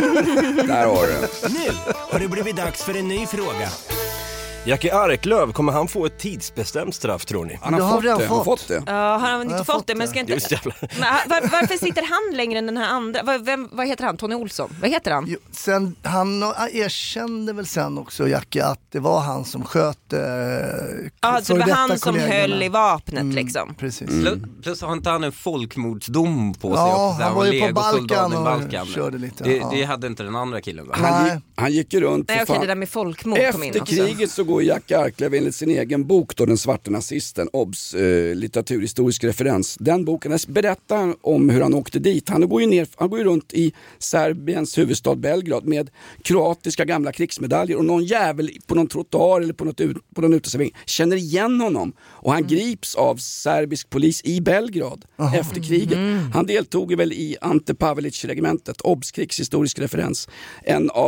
Där har du. Nu har det blivit dags för en ny fråga. Jackie Arklöv, kommer han få ett tidsbestämt straff tror ni? Han har, Du har fått, redan det. Han har fått. fått det. Ja, har han inte Jag har fått fått det, men det. ska inte... Just jävlar. Men, var, varför sitter han längre än den här andra? Var, vem, vad heter han? Tony Olsson? Vad heter han? Jo, sen, han erkände väl sen också, Jackie, att det var han som sköt eh, Ja, så det var han som höll i vapnet Mm, liksom. Precis. Plus, plus har inte han en folkmordsdom på sig Ja, också? han var ju på legosoldat Balkan i och Balkan. körde lite, Det, ja. det hade inte den andra killen va? Han, Nej. gick, han gick ju runt Nej för okej, fan. det där med folkmord kom in Efter också. kriget så går Jack Arklöv enligt sin egen bok då, Den svarte nazisten, obs, eh, litteraturhistorisk referens. Den boken där berättar han om hur han åkte dit. Han går ju, ner, han går ju runt i Serbiens huvudstad Belgrad med kroatiska gamla krigsmedaljer och någon jävel på någon trottoar eller på, något ut, på någon uteservering känner igen honom och han grips av serbisk polis i Belgrad efter kriget. Han deltog ju väl i Ante Pavelic-regementet, obs, krigshistorisk referens. En av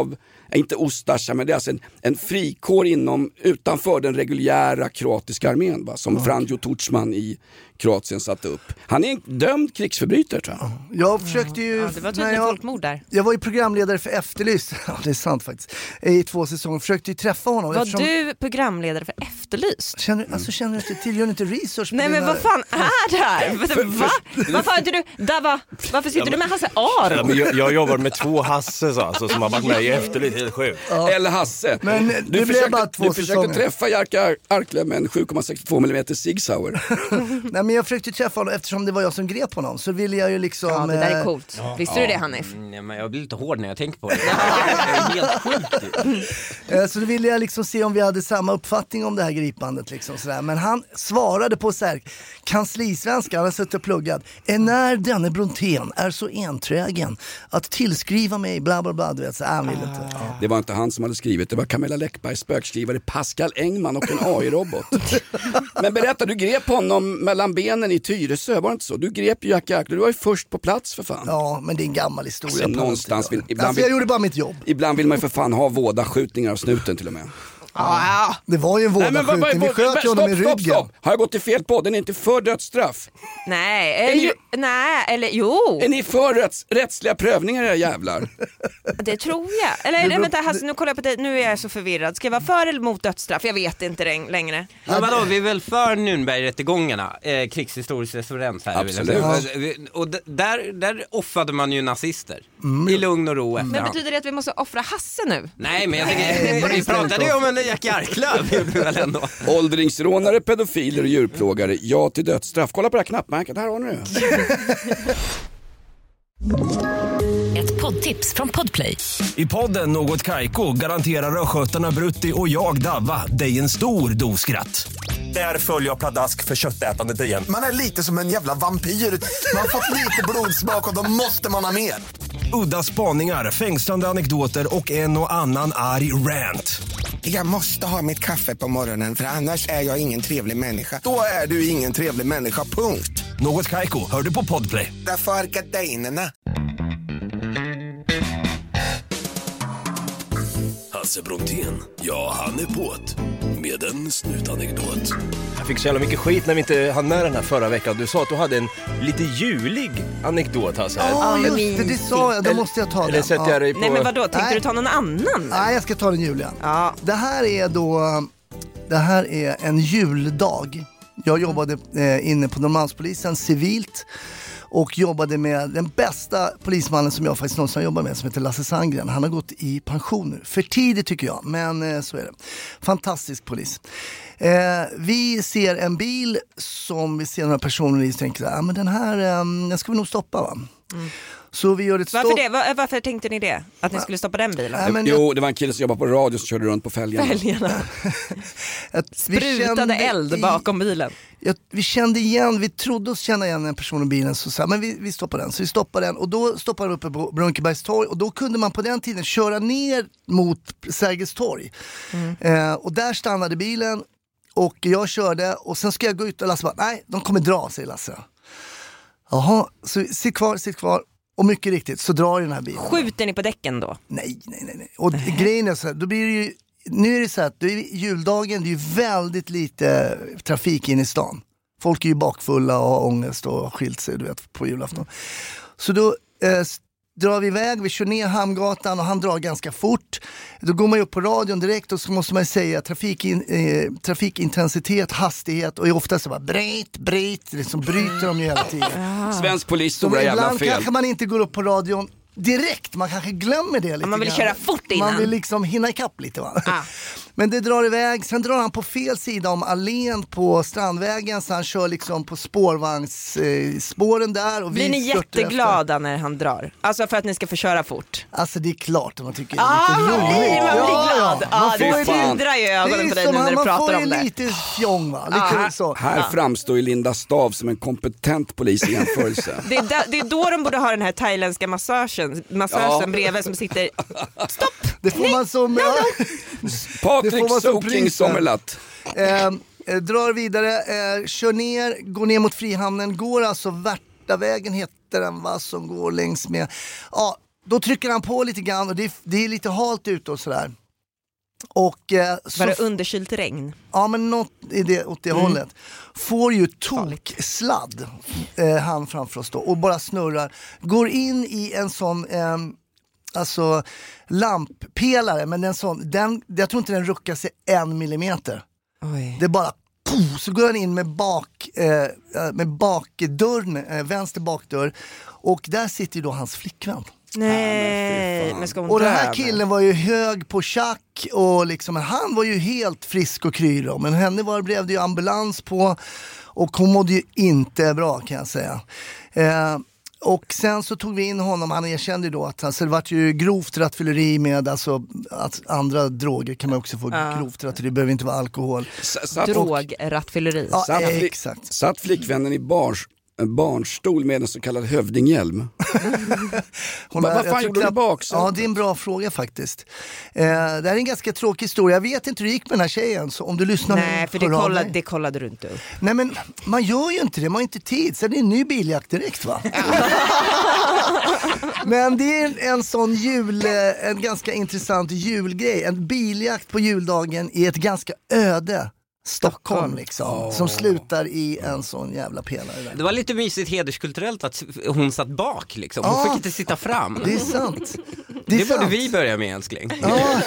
inte Ustasja, men det är alltså en, en frikår inom, utanför den reguljära kroatiska armén, va, som mm. Franjo Tuđman i Kroatien satte upp. Han är en dömd krigsförbrytare, tror jag. Jag försökte ju... Ja, det var tydligt folkmord där. Jag var ju programledare för Efterlyst. Ja, det är sant faktiskt. I två säsonger. Försökte ju träffa honom. Var eftersom... du programledare för Efterlyst? Känner, alltså, känner du inte till? Gör inte research? Nej, men dina... vad fan är det här? Va? Varför är du... Dava, varför sitter ja, men... du med Hasse Aro? Ja, men jag, jag jobbar med två Hasse alltså, som har varit med i Efterlyst. Helt sjukt. Ja. Eller Hasse. Men det du blev försökte, bara två du försökte säsonger. träffa Jerka Arklöv med en sju komma sextiotvå millimeter Sig Sauer. Nej, men jag försökte träffa honom eftersom det var jag som grep honom. Så ville jag ju liksom... Ja, det där är coolt. Ja. Visste ja. du det, Hanif? Nej, men jag blir lite hård när jag tänker på det. Det är helt sjukt. Så då ville jag liksom se om vi hade samma uppfattning om det här gripandet. Liksom, sådär. Men han svarade på så här, kanslisvenska, han har suttit och pluggat. När denne Brontén är så enträgen att tillskriva mig bla bla bla, du vet, så han ville inte. Ja. Det var inte han som hade skrivit, det var Camilla Läckbergs spökskrivare Pascal Engman och en A I-robot. Men berätta, du grep honom mellan benen i Tyresö, var det inte så? Du grep ju Jerka Arklöv, du var ju först på plats för fan. Ja, men det är en gammal historia. Alltså, någonstans vill, ibland alltså, jag gjorde bara mitt jobb. Ibland vill man ju för fan ha våda skjutningar av snuten till och med. Ja, det var ju en vådaskjutning. Vi sköt ju honom i ryggen. Stopp, stopp. Har jag gått till fel på? Den är inte för dödsstraff. Nej, eller, ni, nej, eller jo. Är ni för rätts, rättsliga prövningar, era jävlar? Det tror jag. Eller det, vänta, Hasse, nu kollar jag på dig. Nu är jag så förvirrad. Ska jag vara för eller mot dödsstraff? Jag vet inte längre. Men vadå, vi är väl för Nürnbergrättegångarna, eh, krigshistorisk referens här. Absolut. Ja. Och d- där, där offrade man ju nazister. Mm. I lugn och ro efterhand. Men betyder det att vi måste offra Hasse nu? Nej, men jag tänker, vi pratade ju om en Jerka Arklöv. Åldringsrånare, pedofiler och djurplågare. Ja till dödsstraff. Kolla på det här knappmärket, här har ni det. Ett poddtips från Podplay. I podden Något Kaiko garanterar röskötarna Brutti och jag Davva dig en stor doskratt. Där följer jag pladask för köttätandet igen. Man är lite som en jävla vampyr. Man har fått lite blodsmak och då måste man ha mer. Udda spaningar, fängslande anekdoter och en och annan arg rant. Jag måste ha mitt kaffe på morgonen för annars är jag ingen trevlig människa. Då är du ingen trevlig människa, punkt. Något Kaiko, hör du på Podplay. Därför är gardinerna. Hasse Brontén, ja han är på't med en snutanekdot. Jag fick så jävla mycket skit när vi inte hann med den här förra veckan. Du sa att du hade en lite julig anekdot, Hasse. Ja, oh, just det, det sa jag. Då måste jag ta den. Eller ja. jag dig på... Nej, men vadå? Tänkte Nej. du ta någon annan? Nej, jag ska ta den juliga. Ja. Det här är då... Det här är en juldag. Jag jobbade eh, inne på Norrmalmspolisen civilt. Och jobbade med den bästa polismannen som jag faktiskt någonsin jobbat med, som heter Lasse Sandgren. Han har gått i pension nu. För tidigt tycker jag, men eh, så är det. Fantastisk polis. Eh, vi ser en bil som vi ser några personer i och tänker att ah, men den här, eh, den ska vi nog stoppa, va? Mm. Så vi gör ett stopp. Varför det? Var, varför tänkte ni det? Att ni skulle stoppa den bilen? Nej, men jo, jag... det var en kille som jobbade på radio som körde runt på fälgarna. Fälgarna. Sprutade eld i... bakom bilen. Ja, vi kände igen, vi trodde oss känna igen en person i bilen, så sa men vi, vi stoppar den. Så vi stoppade den och då stoppade vi uppe på Brunkebergs torg och då kunde man på den tiden köra ner mot Sergels torg. Mm. Eh, och där stannade bilen och jag körde och sen ska jag gå ut och Lasse bara, nej, de kommer dra, säger Lasse. Jaha, så sitt kvar, sitt kvar. Och mycket riktigt så drar den här bilen. Skjuter ni på däcken då? Nej, nej, nej. nej. Och nej. Grejen är så här, då blir det ju, nu är det så här att det är juldagen, det är ju väldigt lite trafik in i stan. Folk är ju bakfulla och har ångest och har skilt sig, du vet, på julafton. Så då eh, drar vi iväg, vi kör ner Hamngatan och han drar ganska fort. Då går man ju upp på radion direkt och så måste man säga trafikin, eh, trafikintensitet, hastighet och är ofta så bara bryt, bryt, liksom bryter de ju hela tiden. Svensk polis stora jävla fel. Ibland kanske man inte går upp på radion direkt, man kanske glömmer det lite. Man vill grann. köra fort innan. Man vill liksom hinna ikapp lite, va? Ah. Men det drar iväg, sen drar han på fel sida om allén på Strandvägen, så han kör liksom på spårvagnsspåren eh, där. Och blir vi ni jätteglada när han drar? Alltså för att ni ska få köra fort? Alltså det är klart att man tycker det är ah, lite roligt. Man blir, man blir glad. Ja, ja, det tindrar ju ögonen på dig när du pratar om det. Man får lite fjong, va? Lite ah, så. Här ja. framstår ju Linda Stav som en kompetent polis i jämförelse. det, är da, det är då de borde ha den här thailändska massagen, massagen ja. bredvid som sitter... Stopp! Det får man som... No, no. Patrik Soking Sommerlatt. Eh, drar vidare, eh, kör ner, går ner mot Frihamnen, går alltså Värtavägen heter den, va, som går längs med... Ja, då trycker han på lite grann och det är, det är lite halt ute och sådär. Och, eh, Var så, det underkylt regn? Ja, men något i det, åt det mm. hållet. Får ju tok-sladd eh, han framför oss då och bara snurrar. Går in i en sån eh, alltså lamppelare, men den sån, den, jag tror inte den ruckar sig en millimeter. Oj. Det är bara puh, så går han in med bak eh, med bakdörren, eh, vänster bakdörr, och där sitter ju då hans flickvän. Nej, men ska hon och den här dö, killen men? var ju hög på tjack och liksom, han var ju helt frisk och kry då, men henne var, blev det ju ambulans på och hon mådde ju inte bra, kan jag säga. Eh, och sen så tog vi in honom, han erkände ju då att alltså, det var ju grovt rattfylleri med alltså, att andra droger kan man också få ja. grovt rattfylleri, det behöver inte vara alkohol. Drograttfylleri. Ja, satt, fli- exakt. Satt flickvännen i bars en barnstol med en så kallad hövdinghjälm. Hon Va, är, vad fan gjorde du bak? Ja, det är en bra fråga faktiskt. Eh, det här är en ganska tråkig historia. Jag vet inte hur det gick med den här tjejen, så om du lyssnar. Nej, för det kollade, det kollade du inte upp. Nej, men man gör ju inte det, man har inte tid. Så det är en ny biljakt direkt, va? Men det är en, en sån jul, en ganska intressant julgrej. En biljakt på juldagen i ett ganska öde Stockholm liksom, oh. som slutar i en sån jävla pelare där. Det var lite mysigt hederskulturellt att hon satt bak liksom. Hon ah, fick inte sitta fram. Det är sant. Det, det är borde vi börja med, älskling. Ah.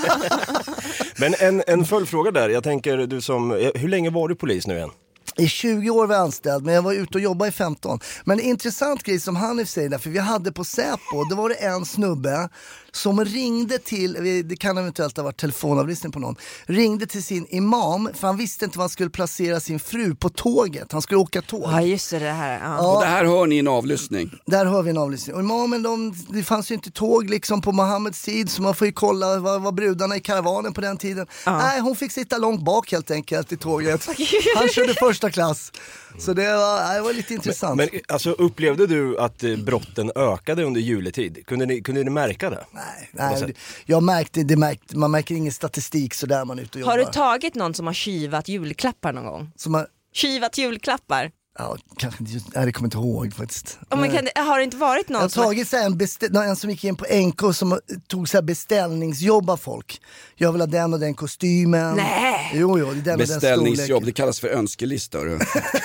Men en, en följdfråga där. Jag tänker, du som, hur länge var du polis nu igen? I tjugo år var jag anställd, men jag var ute och jobbade i femton. Men en intressant grej som Hanif säger där, för vi hade på Säpo, då var det en snubbe som ringde till, det kan eventuellt ha varit telefonavlyssning på någon, ringde till sin imam, för han visste inte var han skulle placera sin fru på tåget. Han skulle åka tåg. Ja, just det här. Ja. Och det här hör ni en avlyssning. Där hör vi en avlyssning. Och imamen, de, det fanns ju inte tåg liksom på Mohammeds tid, så man får ju kolla vad, vad brudarna i karavanen på den tiden. Ja. Nej, hon fick sitta långt bak helt enkelt i tåget. Han körde första klass. Så det var, det var lite intressant. Men, men alltså, upplevde du att eh, brotten ökade under juletid? Kunde ni, kunde ni märka det? Nej, nej jag märkte, det märkte, man märker ingen statistik så där man är ute och jobbar. Har du tagit någon som har kivat julklappar någon gång? Som har... Kivat julklappar? Ja, kanske inte just, nej, det kommer inte ihåg faktiskt. Oh, men kan det, har det inte varit någon jag har som tagit så här, en, bestä- en som gick in på N K som tog så här beställningsjobb av folk. Jag vill ha den och den kostymen. Nej. Jo, jo, det är den beställningsjobb, det kallas för önskelistor.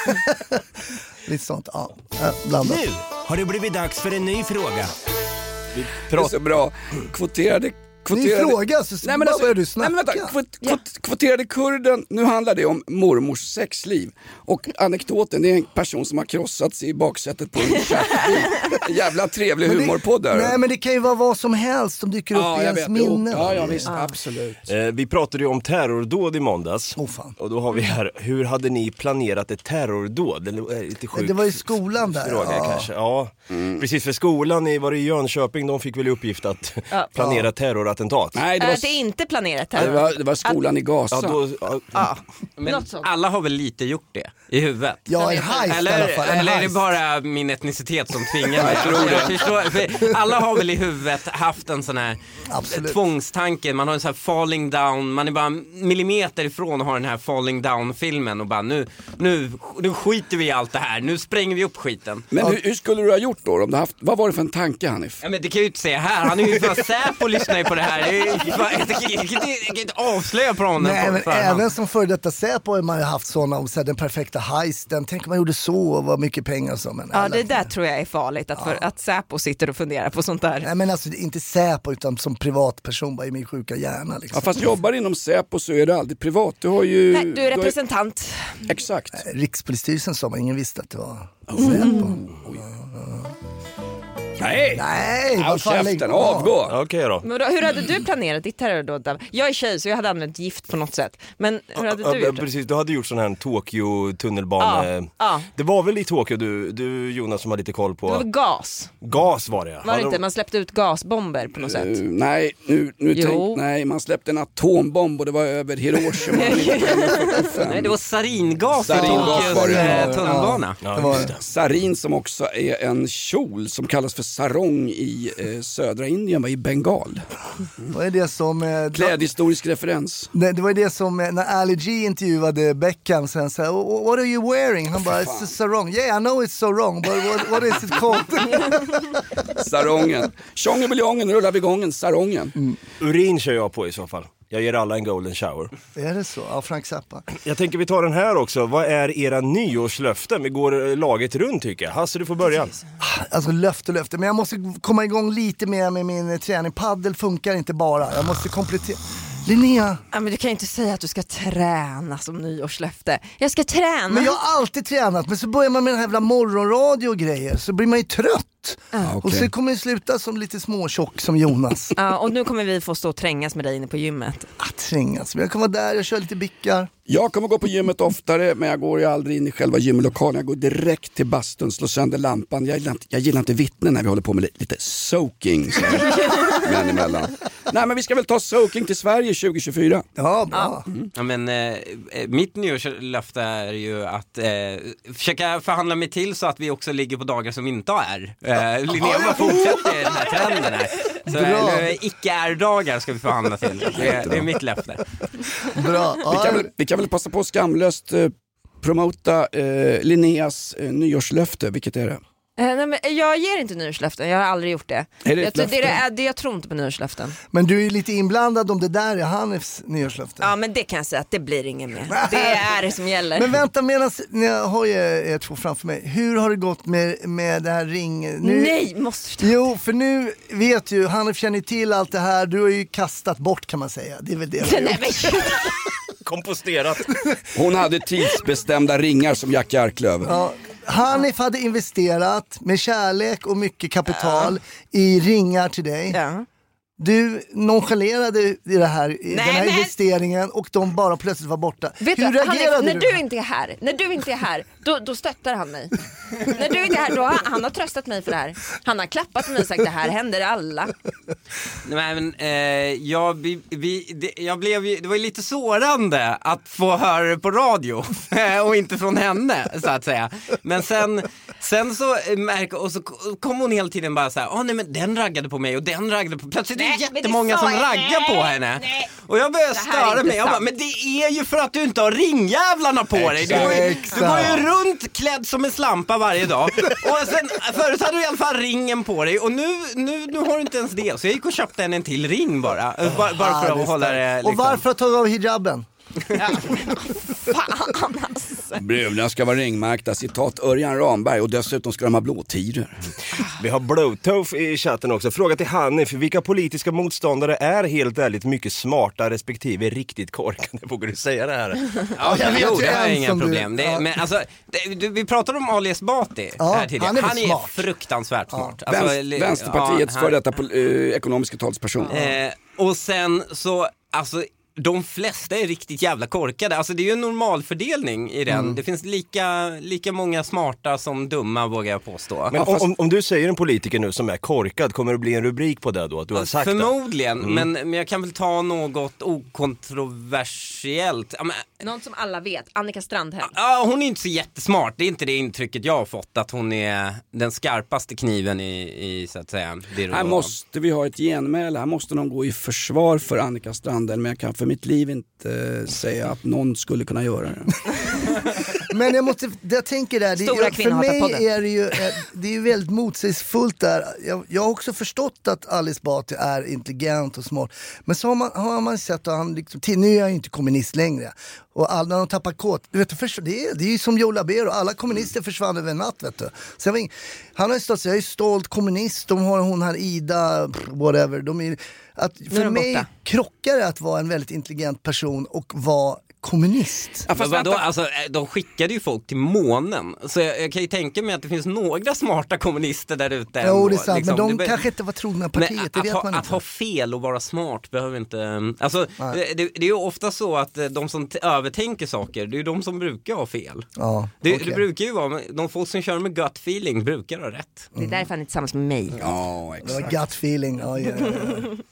Lite sånt, ja. Blandat. Nu har det blivit dags för en ny fråga. Vi pratar... Det är så bra. Kvoterade Kvoterade... Ni frågar så nej, men alltså, börjar du snacka. Nej, men vänta, kvot, kvot, kvoterade kurden, nu handlar det om mormors sexliv. Och anekdoten, det är en person som har krossats i baksätet på en chattbil. Jävla trevlig humorpodd där. Nej, men det kan ju vara vad som helst som dyker upp ja, i ens vet, minne. Ja, ja visst, ja. Absolut. Eh, vi pratade ju om terrordåd i måndags. Oh, fan. Och då har vi här, hur hade ni planerat ett terrordåd? Det, är lite sjuk det var ju skolan där. Fråga, ja. Kanske. Ja. Mm. Precis, för skolan i, var det i Jönköping, de fick väl i uppgift att ja. planera ja. terrorattentat. Nej, det var... Det är inte planerat här. Det var, det var skolan att... i Gaza. Ja, då, ja. Ja. Men alla har väl lite gjort det i huvudet? Ja, en heist eller, i alla fall. Eller är det bara min etnicitet som tvingar mig? Jag förstår, för alla har väl i huvudet haft en sån här Absolut. tvångstanke. Man har en sån här falling down. Man är bara millimeter ifrån att ha den här falling down-filmen och bara nu, nu, nu skiter vi i allt det här. Nu spränger vi upp skiten. Men hur, hur skulle du ha gjort då? Om du haft, vad var det för en tanke, Hanif? Ja, men det kan jag ju inte säga här. Han är ju för Säpo och lyssnar ju på det här. Det är ju för, jag, kan, jag, kan, jag kan inte avslöja på honom. Nej, men även han. som för detta Säpo har man ju haft sådana om så här, den perfekta heisten. Tänk om man gjorde så och vad mycket pengar som. Men ja, alla, det där tror jag är farligt. Att, ja. för, att Säpo sitter och funderar på sånt där. Nej, men alltså inte Säpo utan som privatperson bara i min sjuka hjärna. Liksom. Ja, fast jobbar inom Säpo så är det aldrig privat. Du har ju... Nej, du är representant. Du har... Exakt. Rikspolisstyrelsen sa man, ingen visste att det var mm. Säpo. Nej, nej, vad fan, käften, avgå. Okej då. Men då, hur hade du planerat ditt terrordåd? Jag är tjej så jag hade använt gift på något sätt. Men hur hade ja, du ja, gjort det? Precis, du hade gjort sån här Tokyo-tunnelbana. Ja, ja. Det var väl i Tokyo du, du Jonas som har lite koll på. Det var gas. Gas var det. Var det inte? Man släppte ut gasbomber på något uh, sätt. Nej, nu, nu tänk, nej, man släppte en atombomb och det var över Hiroshima. Nej, det var saringas i Tokyos tunnelbana. Ja, ja, det var sarin som också är en kjol som kallas för sarong i eh, södra Indien, var i Bengal. Mm. Vad är det som... Eh, Klädhistorisk referens. Det, det var det som eh, när Ali G intervjuade Beckham sen så här, what are you wearing? Han bara, it's a sarong. Yeah, I know it's so wrong, but what, what is it called? Sarongen. Tjongebuljongen, nu rullar vi igång sarongen. Mm. Urin kör jag på i så fall. Jag ger alla en golden shower. Är det så? Ja, Frank Zappa. Jag tänker vi tar den här också. Vad är era nyårslöften? Vi går laget runt tycker jag. Hasse, du får börja. Alltså löfte, löfte. Men jag måste komma igång lite mer med min träning. Paddel funkar inte bara. Jag måste komplettera. Linnea. Ja, men du kan ju inte säga att du ska träna som nyårslöfte. Jag ska träna. Men jag har alltid tränat. Men så börjar man med den här jävla morgonradio och grejer. Så blir man ju trött. Ah, okay. Och så kommer det sluta som lite småtjock som Jonas. Ja, och nu kommer vi få stå och trängas med dig inne på gymmet. Att trängas, men jag kommer vara där, jag kör lite bickar. Jag kommer gå på gymmet oftare, men jag går ju aldrig in i själva gymlokalen. Jag går direkt till bastun, slår sönder lampan. Jag gillar inte, jag gillar inte vittnen när vi håller på med lite soaking. Men emellan. Nej, men vi ska väl ta soaking till Sverige tjugo tjugofyra. Ja, bra. Mm. Ja, men eh, mitt nyårslöfte är ju att eh, försöka förhandla mig till så att vi också ligger på dagar som inte är. Eh, Linnea bara fortsätter den här trenden här. Så eh, icke-är-dagar ska vi förhandla till. Det, det är mitt löfte. Bra. Vi kan väl, vi kan väl passa på att skamlöst eh, promota eh, Linneas eh, nyårslöfte. Vilket är det? Eh, nej, men jag ger inte nyårslöften, jag har aldrig gjort det. Är det jag, det, det, är, det jag tror inte på nyårslöften. Men du är lite inblandad om det där är Hanifs nyårslöften. Ja, men det kan jag säga att det blir ingen mer. Det är det som gäller. Men vänta, medan jag har ju er två framför mig. Hur har det gått med, med det här ring? Nu... Nej, måste du. Jo, för nu vet ju, Hanif känner till allt det här. Du har ju kastat bort kan man säga. Det är väl det. Nej, men... Komposterat. Hon hade tidsbestämda ringar som Jack Arklöv. Ja. Hanif hade investerat med kärlek och mycket kapital ja. i ringar till dig. Ja. Du nonchalerade i det här, i Nej, den här men... investeringen och de bara plötsligt var borta. Vet Hur du, reagerade Hanif, när du? du inte är här, när du inte är här, då, då stöttar han mig. När du inte är här, då har han har tröstat mig för det här. Han har klappat mig och sagt det här händer alla. Nej, men eh, jag, vi, vi, det, jag blev ju, det var ju lite sårande att få höra det på radio och inte från henne så att säga. Men sen sen så märker och så kom hon hela tiden bara så här, åh nej men den raggade på mig och den raggade på plötsligt det är nej, jättemånga som raggar nej, på henne. Nej. Och jag började störa mig. Jag bara, men det är ju för att du inte har ringjävlarna på dig. Du går, ju, du går ju runt klädd som en slampa varje dag. Och sen, förut hade du i alla fall ringen på dig. Och nu, nu, nu har du inte ens det. Så jag gick och köpte en, en till ring bara. Bara, bara för att hålla det liksom. Och varför tar du av hijaben? Ja, fan alltså. Brudar ska vara ringmärkta, citat Örjan Ramberg, och dessutom ska de ha blåtider. Vi har Blowtooth i chatten också. Fråga till Hanif, vilka politiska motståndare är helt ärligt mycket smarta respektive riktigt korkande? Vågar du säga det här? Ja, jag vet, jo, det här är inga problem. Det är, men alltså, det, du, vi pratade om Ali Esbati ja, här tidigare. Han är, han är smart. fruktansvärt ja. smart. Alltså, Vänster, Vänsterpartiets ja, för detta på, eh, ekonomiska talsperson. Eh, och sen så, alltså de flesta är riktigt jävla korkade. Alltså det är ju en normalfördelning i den. Mm. Det finns lika, lika många smarta som dumma, vågar jag påstå. Men om, om, om du säger en politiker nu som är korkad, kommer det bli en rubrik på det då? Att du har sagt förmodligen, mm. men, men jag kan väl ta något okontroversiellt. Ja, men, någon som alla vet, Annika Strandhäll. Ja, hon är inte så jättesmart. Det är inte det intrycket jag har fått, att hon är den skarpaste kniven i, i så att säga. Det här måste vi ha ett genmäle. Här måste någon gå i försvar för Annika Strandhäll, men jag kan för mitt liv inte säga att någon skulle kunna göra det. Men jag måste, jag tänker där, det, Stora jag, för mig är det ju, det är ju väldigt motsägelsefullt där. Jag, jag har också förstått att Ali Esbati är intelligent och smart. Men så har man, har man sett att han liksom, till, nu är jag ju inte kommunist längre. Och alla de tappar kåt. Du vet, för, det, är, det är ju som Joe Labero. Alla kommunister försvann över en natt, vet du. Så jag var, han har ju stått, jag är stolt kommunist. De har hon här Ida, whatever. De är, att för mig borta. Krockar det att vara en väldigt intelligent person och vara kommunist. Ja, fast vadå, alltså, de skickade ju folk till månen. Så jag, jag kan ju tänka mig att det finns några smarta kommunister där ute. Jo, det är sant, liksom, men de det, kanske inte var trogna partiet, men, det att, vet ha, man att inte. ha fel och vara smart behöver inte... Alltså, det, det, det är ju ofta så att de som t- övertänker saker, det är ju de som brukar ha fel. Ja, det, okay. det brukar ju vara, de folk som kör med gut feeling brukar ha rätt. Det är därför han är tillsammans med mig. Ja, exakt. Det var gut feeling, ja, ja, ja.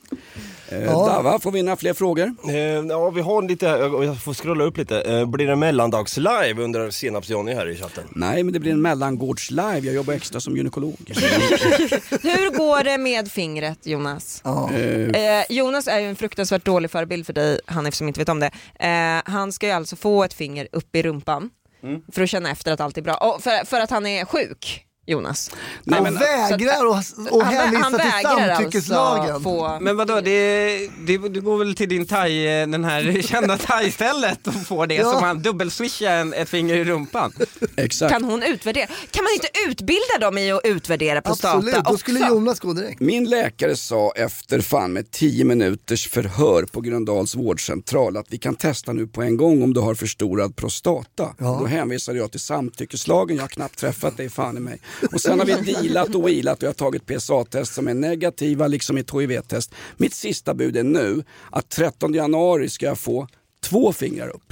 Eh, ja. Dava, får vi vinna fler frågor? Eh, ja, vi har lite, jag får scrolla upp lite. Eh, blir det mellandags-live under Senaps-Johnny här i chatten? Nej, men det blir en mellangårds-live. Jag jobbar extra som gynekolog. Hur går det med fingret, Jonas? Ja. Eh, Jonas är ju en fruktansvärt dålig förebild för dig, han som inte vet om det. Eh, han ska ju alltså få ett finger upp i rumpan mm. för att känna efter att allt är bra. Och för, för att han är sjuk. Jonas. Nej, men, vägrar och, och han, hänvisa han till samtyckeslagen. Alltså få... Men vadå, det, det, du går väl till din thai, den här kända thai-stället och får det ja. som han dubbelswishar ett finger i rumpan. Exakt. Kan hon utvärdera? Kan man inte utbilda dem i att utvärdera prostata? Absolut, då skulle Jonas gå direkt. Min läkare sa efter fan med tio minuters förhör på Gröndals vårdcentral att vi kan testa nu på en gång om du har förstorad prostata. Ja. Då hänvisade jag till samtyckeslagen, jag har knappt träffat dig fan i mig. Och sen har vi dealat och wheelat och jag har tagit P S A-test som är negativa liksom ett H I V-test. Mitt sista bud är nu att trettonde januari ska jag få två fingrar upp.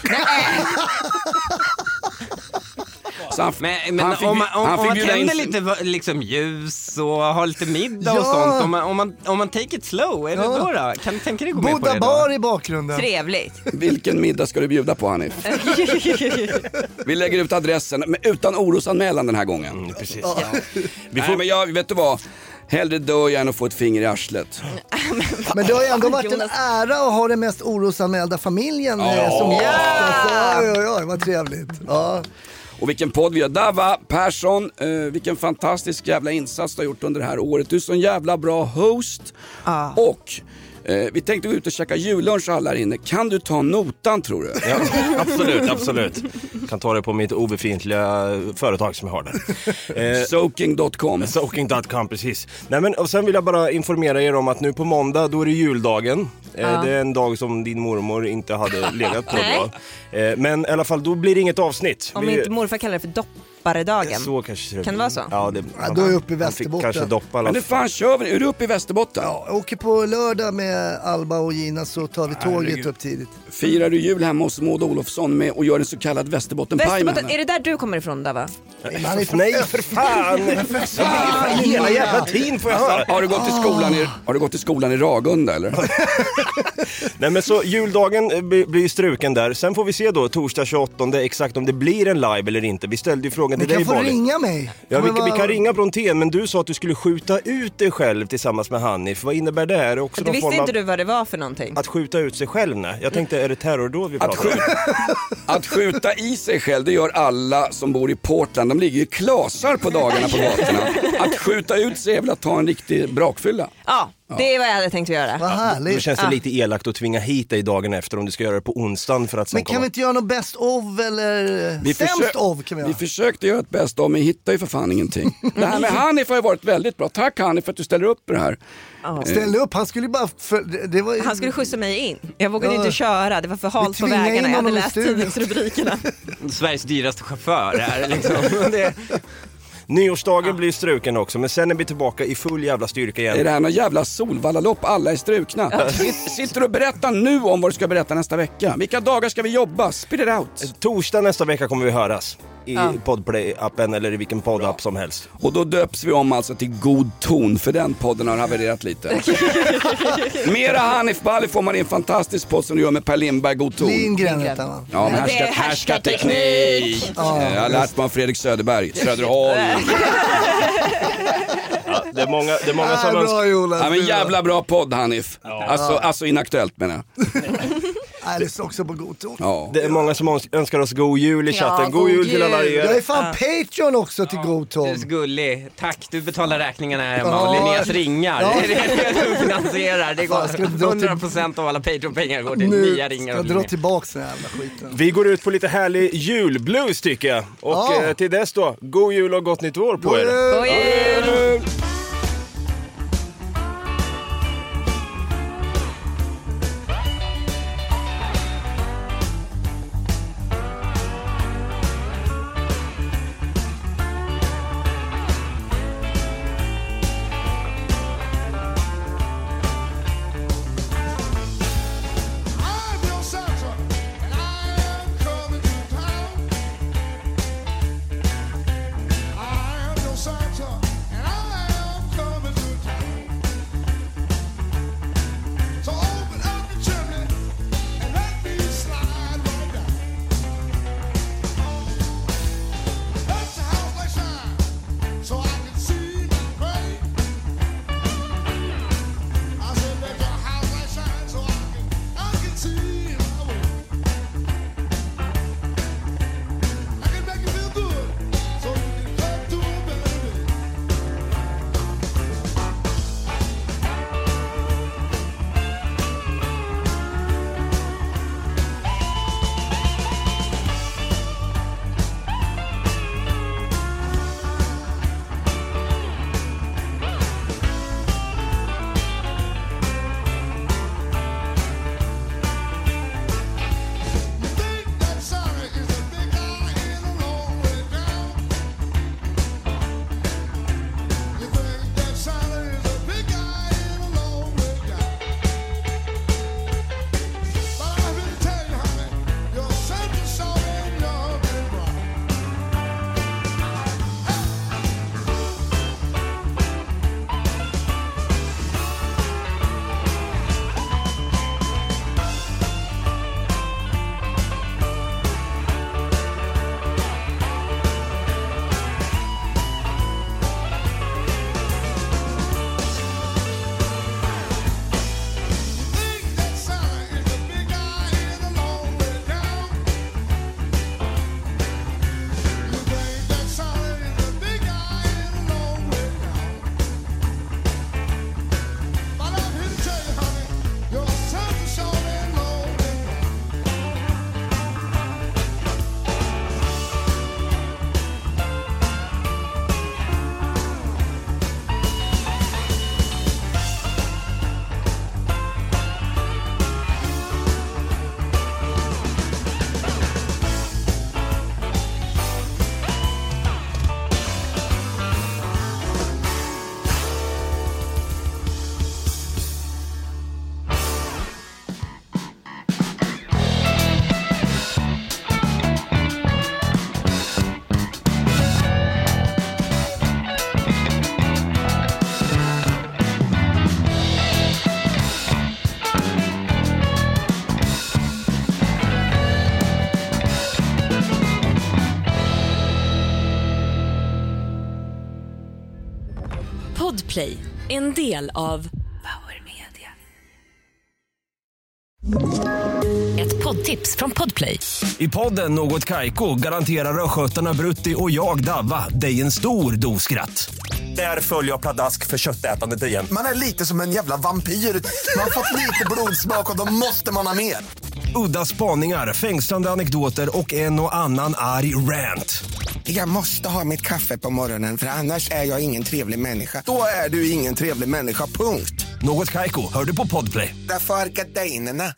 Han, men men han fick, om man, om, om man tänder in... lite liksom, ljus och har lite middag ja. och sånt, om man, om, man, om man take it slow, är det ja. då då? Kan du tänka dig gå med på det då? Buddha bar i bakgrunden. Trevligt. Vilken middag ska du bjuda på, Hanif? Vi lägger ut adressen, men utan orosanmälan den här gången. Mm, precis. Ja. Vi får... Nej, men jag, vet du vad? Hellre dör jag än att få ett finger i arslet. Men det har ju ändå varit en ära att ha den mest orosanmälda familjen oh. som gäst. Alltså, oj, oj, oj, vad trevligt. Ja. Och vilken podd vi har. Dava Persson, eh, vilken fantastisk jävla insats du har gjort under det här året. Du är så en jävla bra host. Ah. Och eh, vi tänkte gå ut och käka jullunch alla här inne. Kan du ta notan, tror du? Ja, absolut, absolut. Kan ta det på mitt obefintliga företag som jag har där. Eh, Soaking dot com. Soaking dot com, precis. Nej, men, och sen vill jag bara informera er om att nu på måndag, då är det juldagen. Eh, ja. Det är en dag som din mormor inte hade legat på då. Eh, men i alla fall, då blir det inget avsnitt. Om vi... inte morfar kallar det för dopparedagen. Så kanske det... Kan det vara så? Ja, det... ja, då är jag uppe i Västerbotten. Kanske doppa. Men nu fan kör vi. Är du uppe i Västerbotten? Ja, jag åker på lördag med Alba och Gina, så tar vi tåget Herregud. upp tidigt. Firar du jul hemma hos Maud Olofsson med och gör en så kallad Västerbotten-paj? Västerbotten, är det där du kommer ifrån, Dava? Nej, nej, för fan! för fan. Hela jävla tiden får jag höra. Har du gått till skolan i, har du gått till skolan i Ragunda, eller? Nej, men så juldagen blir struken där. Sen får vi se då, torsdag tjugoåttonde, exakt om det blir en live eller inte. Vi ställde ju frågan till dig, Bali. Ni kan få ringa mig. Ja, vi, vi kan ringa Brontén, men du sa att du skulle skjuta ut dig själv tillsammans med Hanif. Vad innebär det? Är det också det visste form inte av... du vad det var för någonting. Att skjuta ut sig själv, nej. Jag tänkte, är det terrordåd vi pratar att skjuta, att skjuta i sig själv, det gör alla som bor i Portland. De ligger ju klasar på dagarna på gatorna. Att skjuta ut sig är väl att ta en riktig brakfylla. Ja. Det är vad jag hade tänkt att göra. Vad härligt. Då känns det ja. lite elakt att tvinga hit dig dagen efter om du ska göra det på onsdagen för att sen Men kan komma... vi inte göra något best of eller vi sämst försök... of kan vi göra? Vi försökte göra ett best of, men hittar ju för fan ingenting. Det här med Hanif har ju varit väldigt bra. Tack Hanif för att du ställer upp på det här. Oh. Ställ upp, han skulle bara för... det var... Han skulle skjutsa mig in. Jag vågade ja. inte köra, det var för halt på vägarna. Jag hade läst tidningsrubrikerna. Sveriges dyraste chaufför här liksom. det... Nyårsdagen ja. blir struken också, men sen är vi tillbaka i full jävla styrka igen. Är det här någon jävla Solvallalopp? Alla är strukna. Ja. Sitter du och berättar nu om vad du ska berätta nästa vecka? Vilka dagar ska vi jobba? Spit it out. Torsdag nästa vecka kommer vi höras. I ja. Podplay-appen eller i vilken poddapp som helst. Och då döps vi om alltså till God ton, för den podden har havererat lite. Mera Hanif Bali får man i en fantastisk podd som du gör med Per Lindberg, God ton. Lindgren. Ja, men härska, härska teknik. Ja, jag har lärt mig av Fredrik Söderberg, Söderholm. Ja, det är många, det är många som ja, bra, Jonas, ja, men jävla bra podd, Hanif. Ja. Alltså, alltså inaktuellt menar jag. Nej, det är också på god ton. Ja. Det är många som önskar oss god jul i chatten. Ja, god, god jul, jul till alla er. Jag är fan ja. Patreon också till ja, god ton. Du är så gullig. Tack, du betalar räkningarna här hemma ja. och Linneas ringar. Ja. Det är det du finansierar. Det går hundra procent av alla Patreon-pengar går till nu nya ringar. Nu ska jag dra tillbaka den här jävla skiten. Vi går ut på lite härlig julblues tycker jag. Och ja. eh, till dess då, god jul och gott nytt år på god er. Jul. God jul! Santa, and I Podplay, en del av Power Media. Ett poddtips från Podplay. I podden Något Kaiko garanterar östgötarna Brutti och jag Davva dig en stor dos skratt. Där följer jag pladask för köttätandet igen. Man är lite som en jävla vampyr. Man har fått lite blodsmak och då måste man ha mer. Udda spaningar, fängslande anekdoter och en och annan arg rant. Jag måste ha mitt kaffe på morgonen för annars är jag ingen trevlig människa. Då är du ingen trevlig människa, punkt. Något Kaiko, hör du på Podplay. Därför är gardinerna.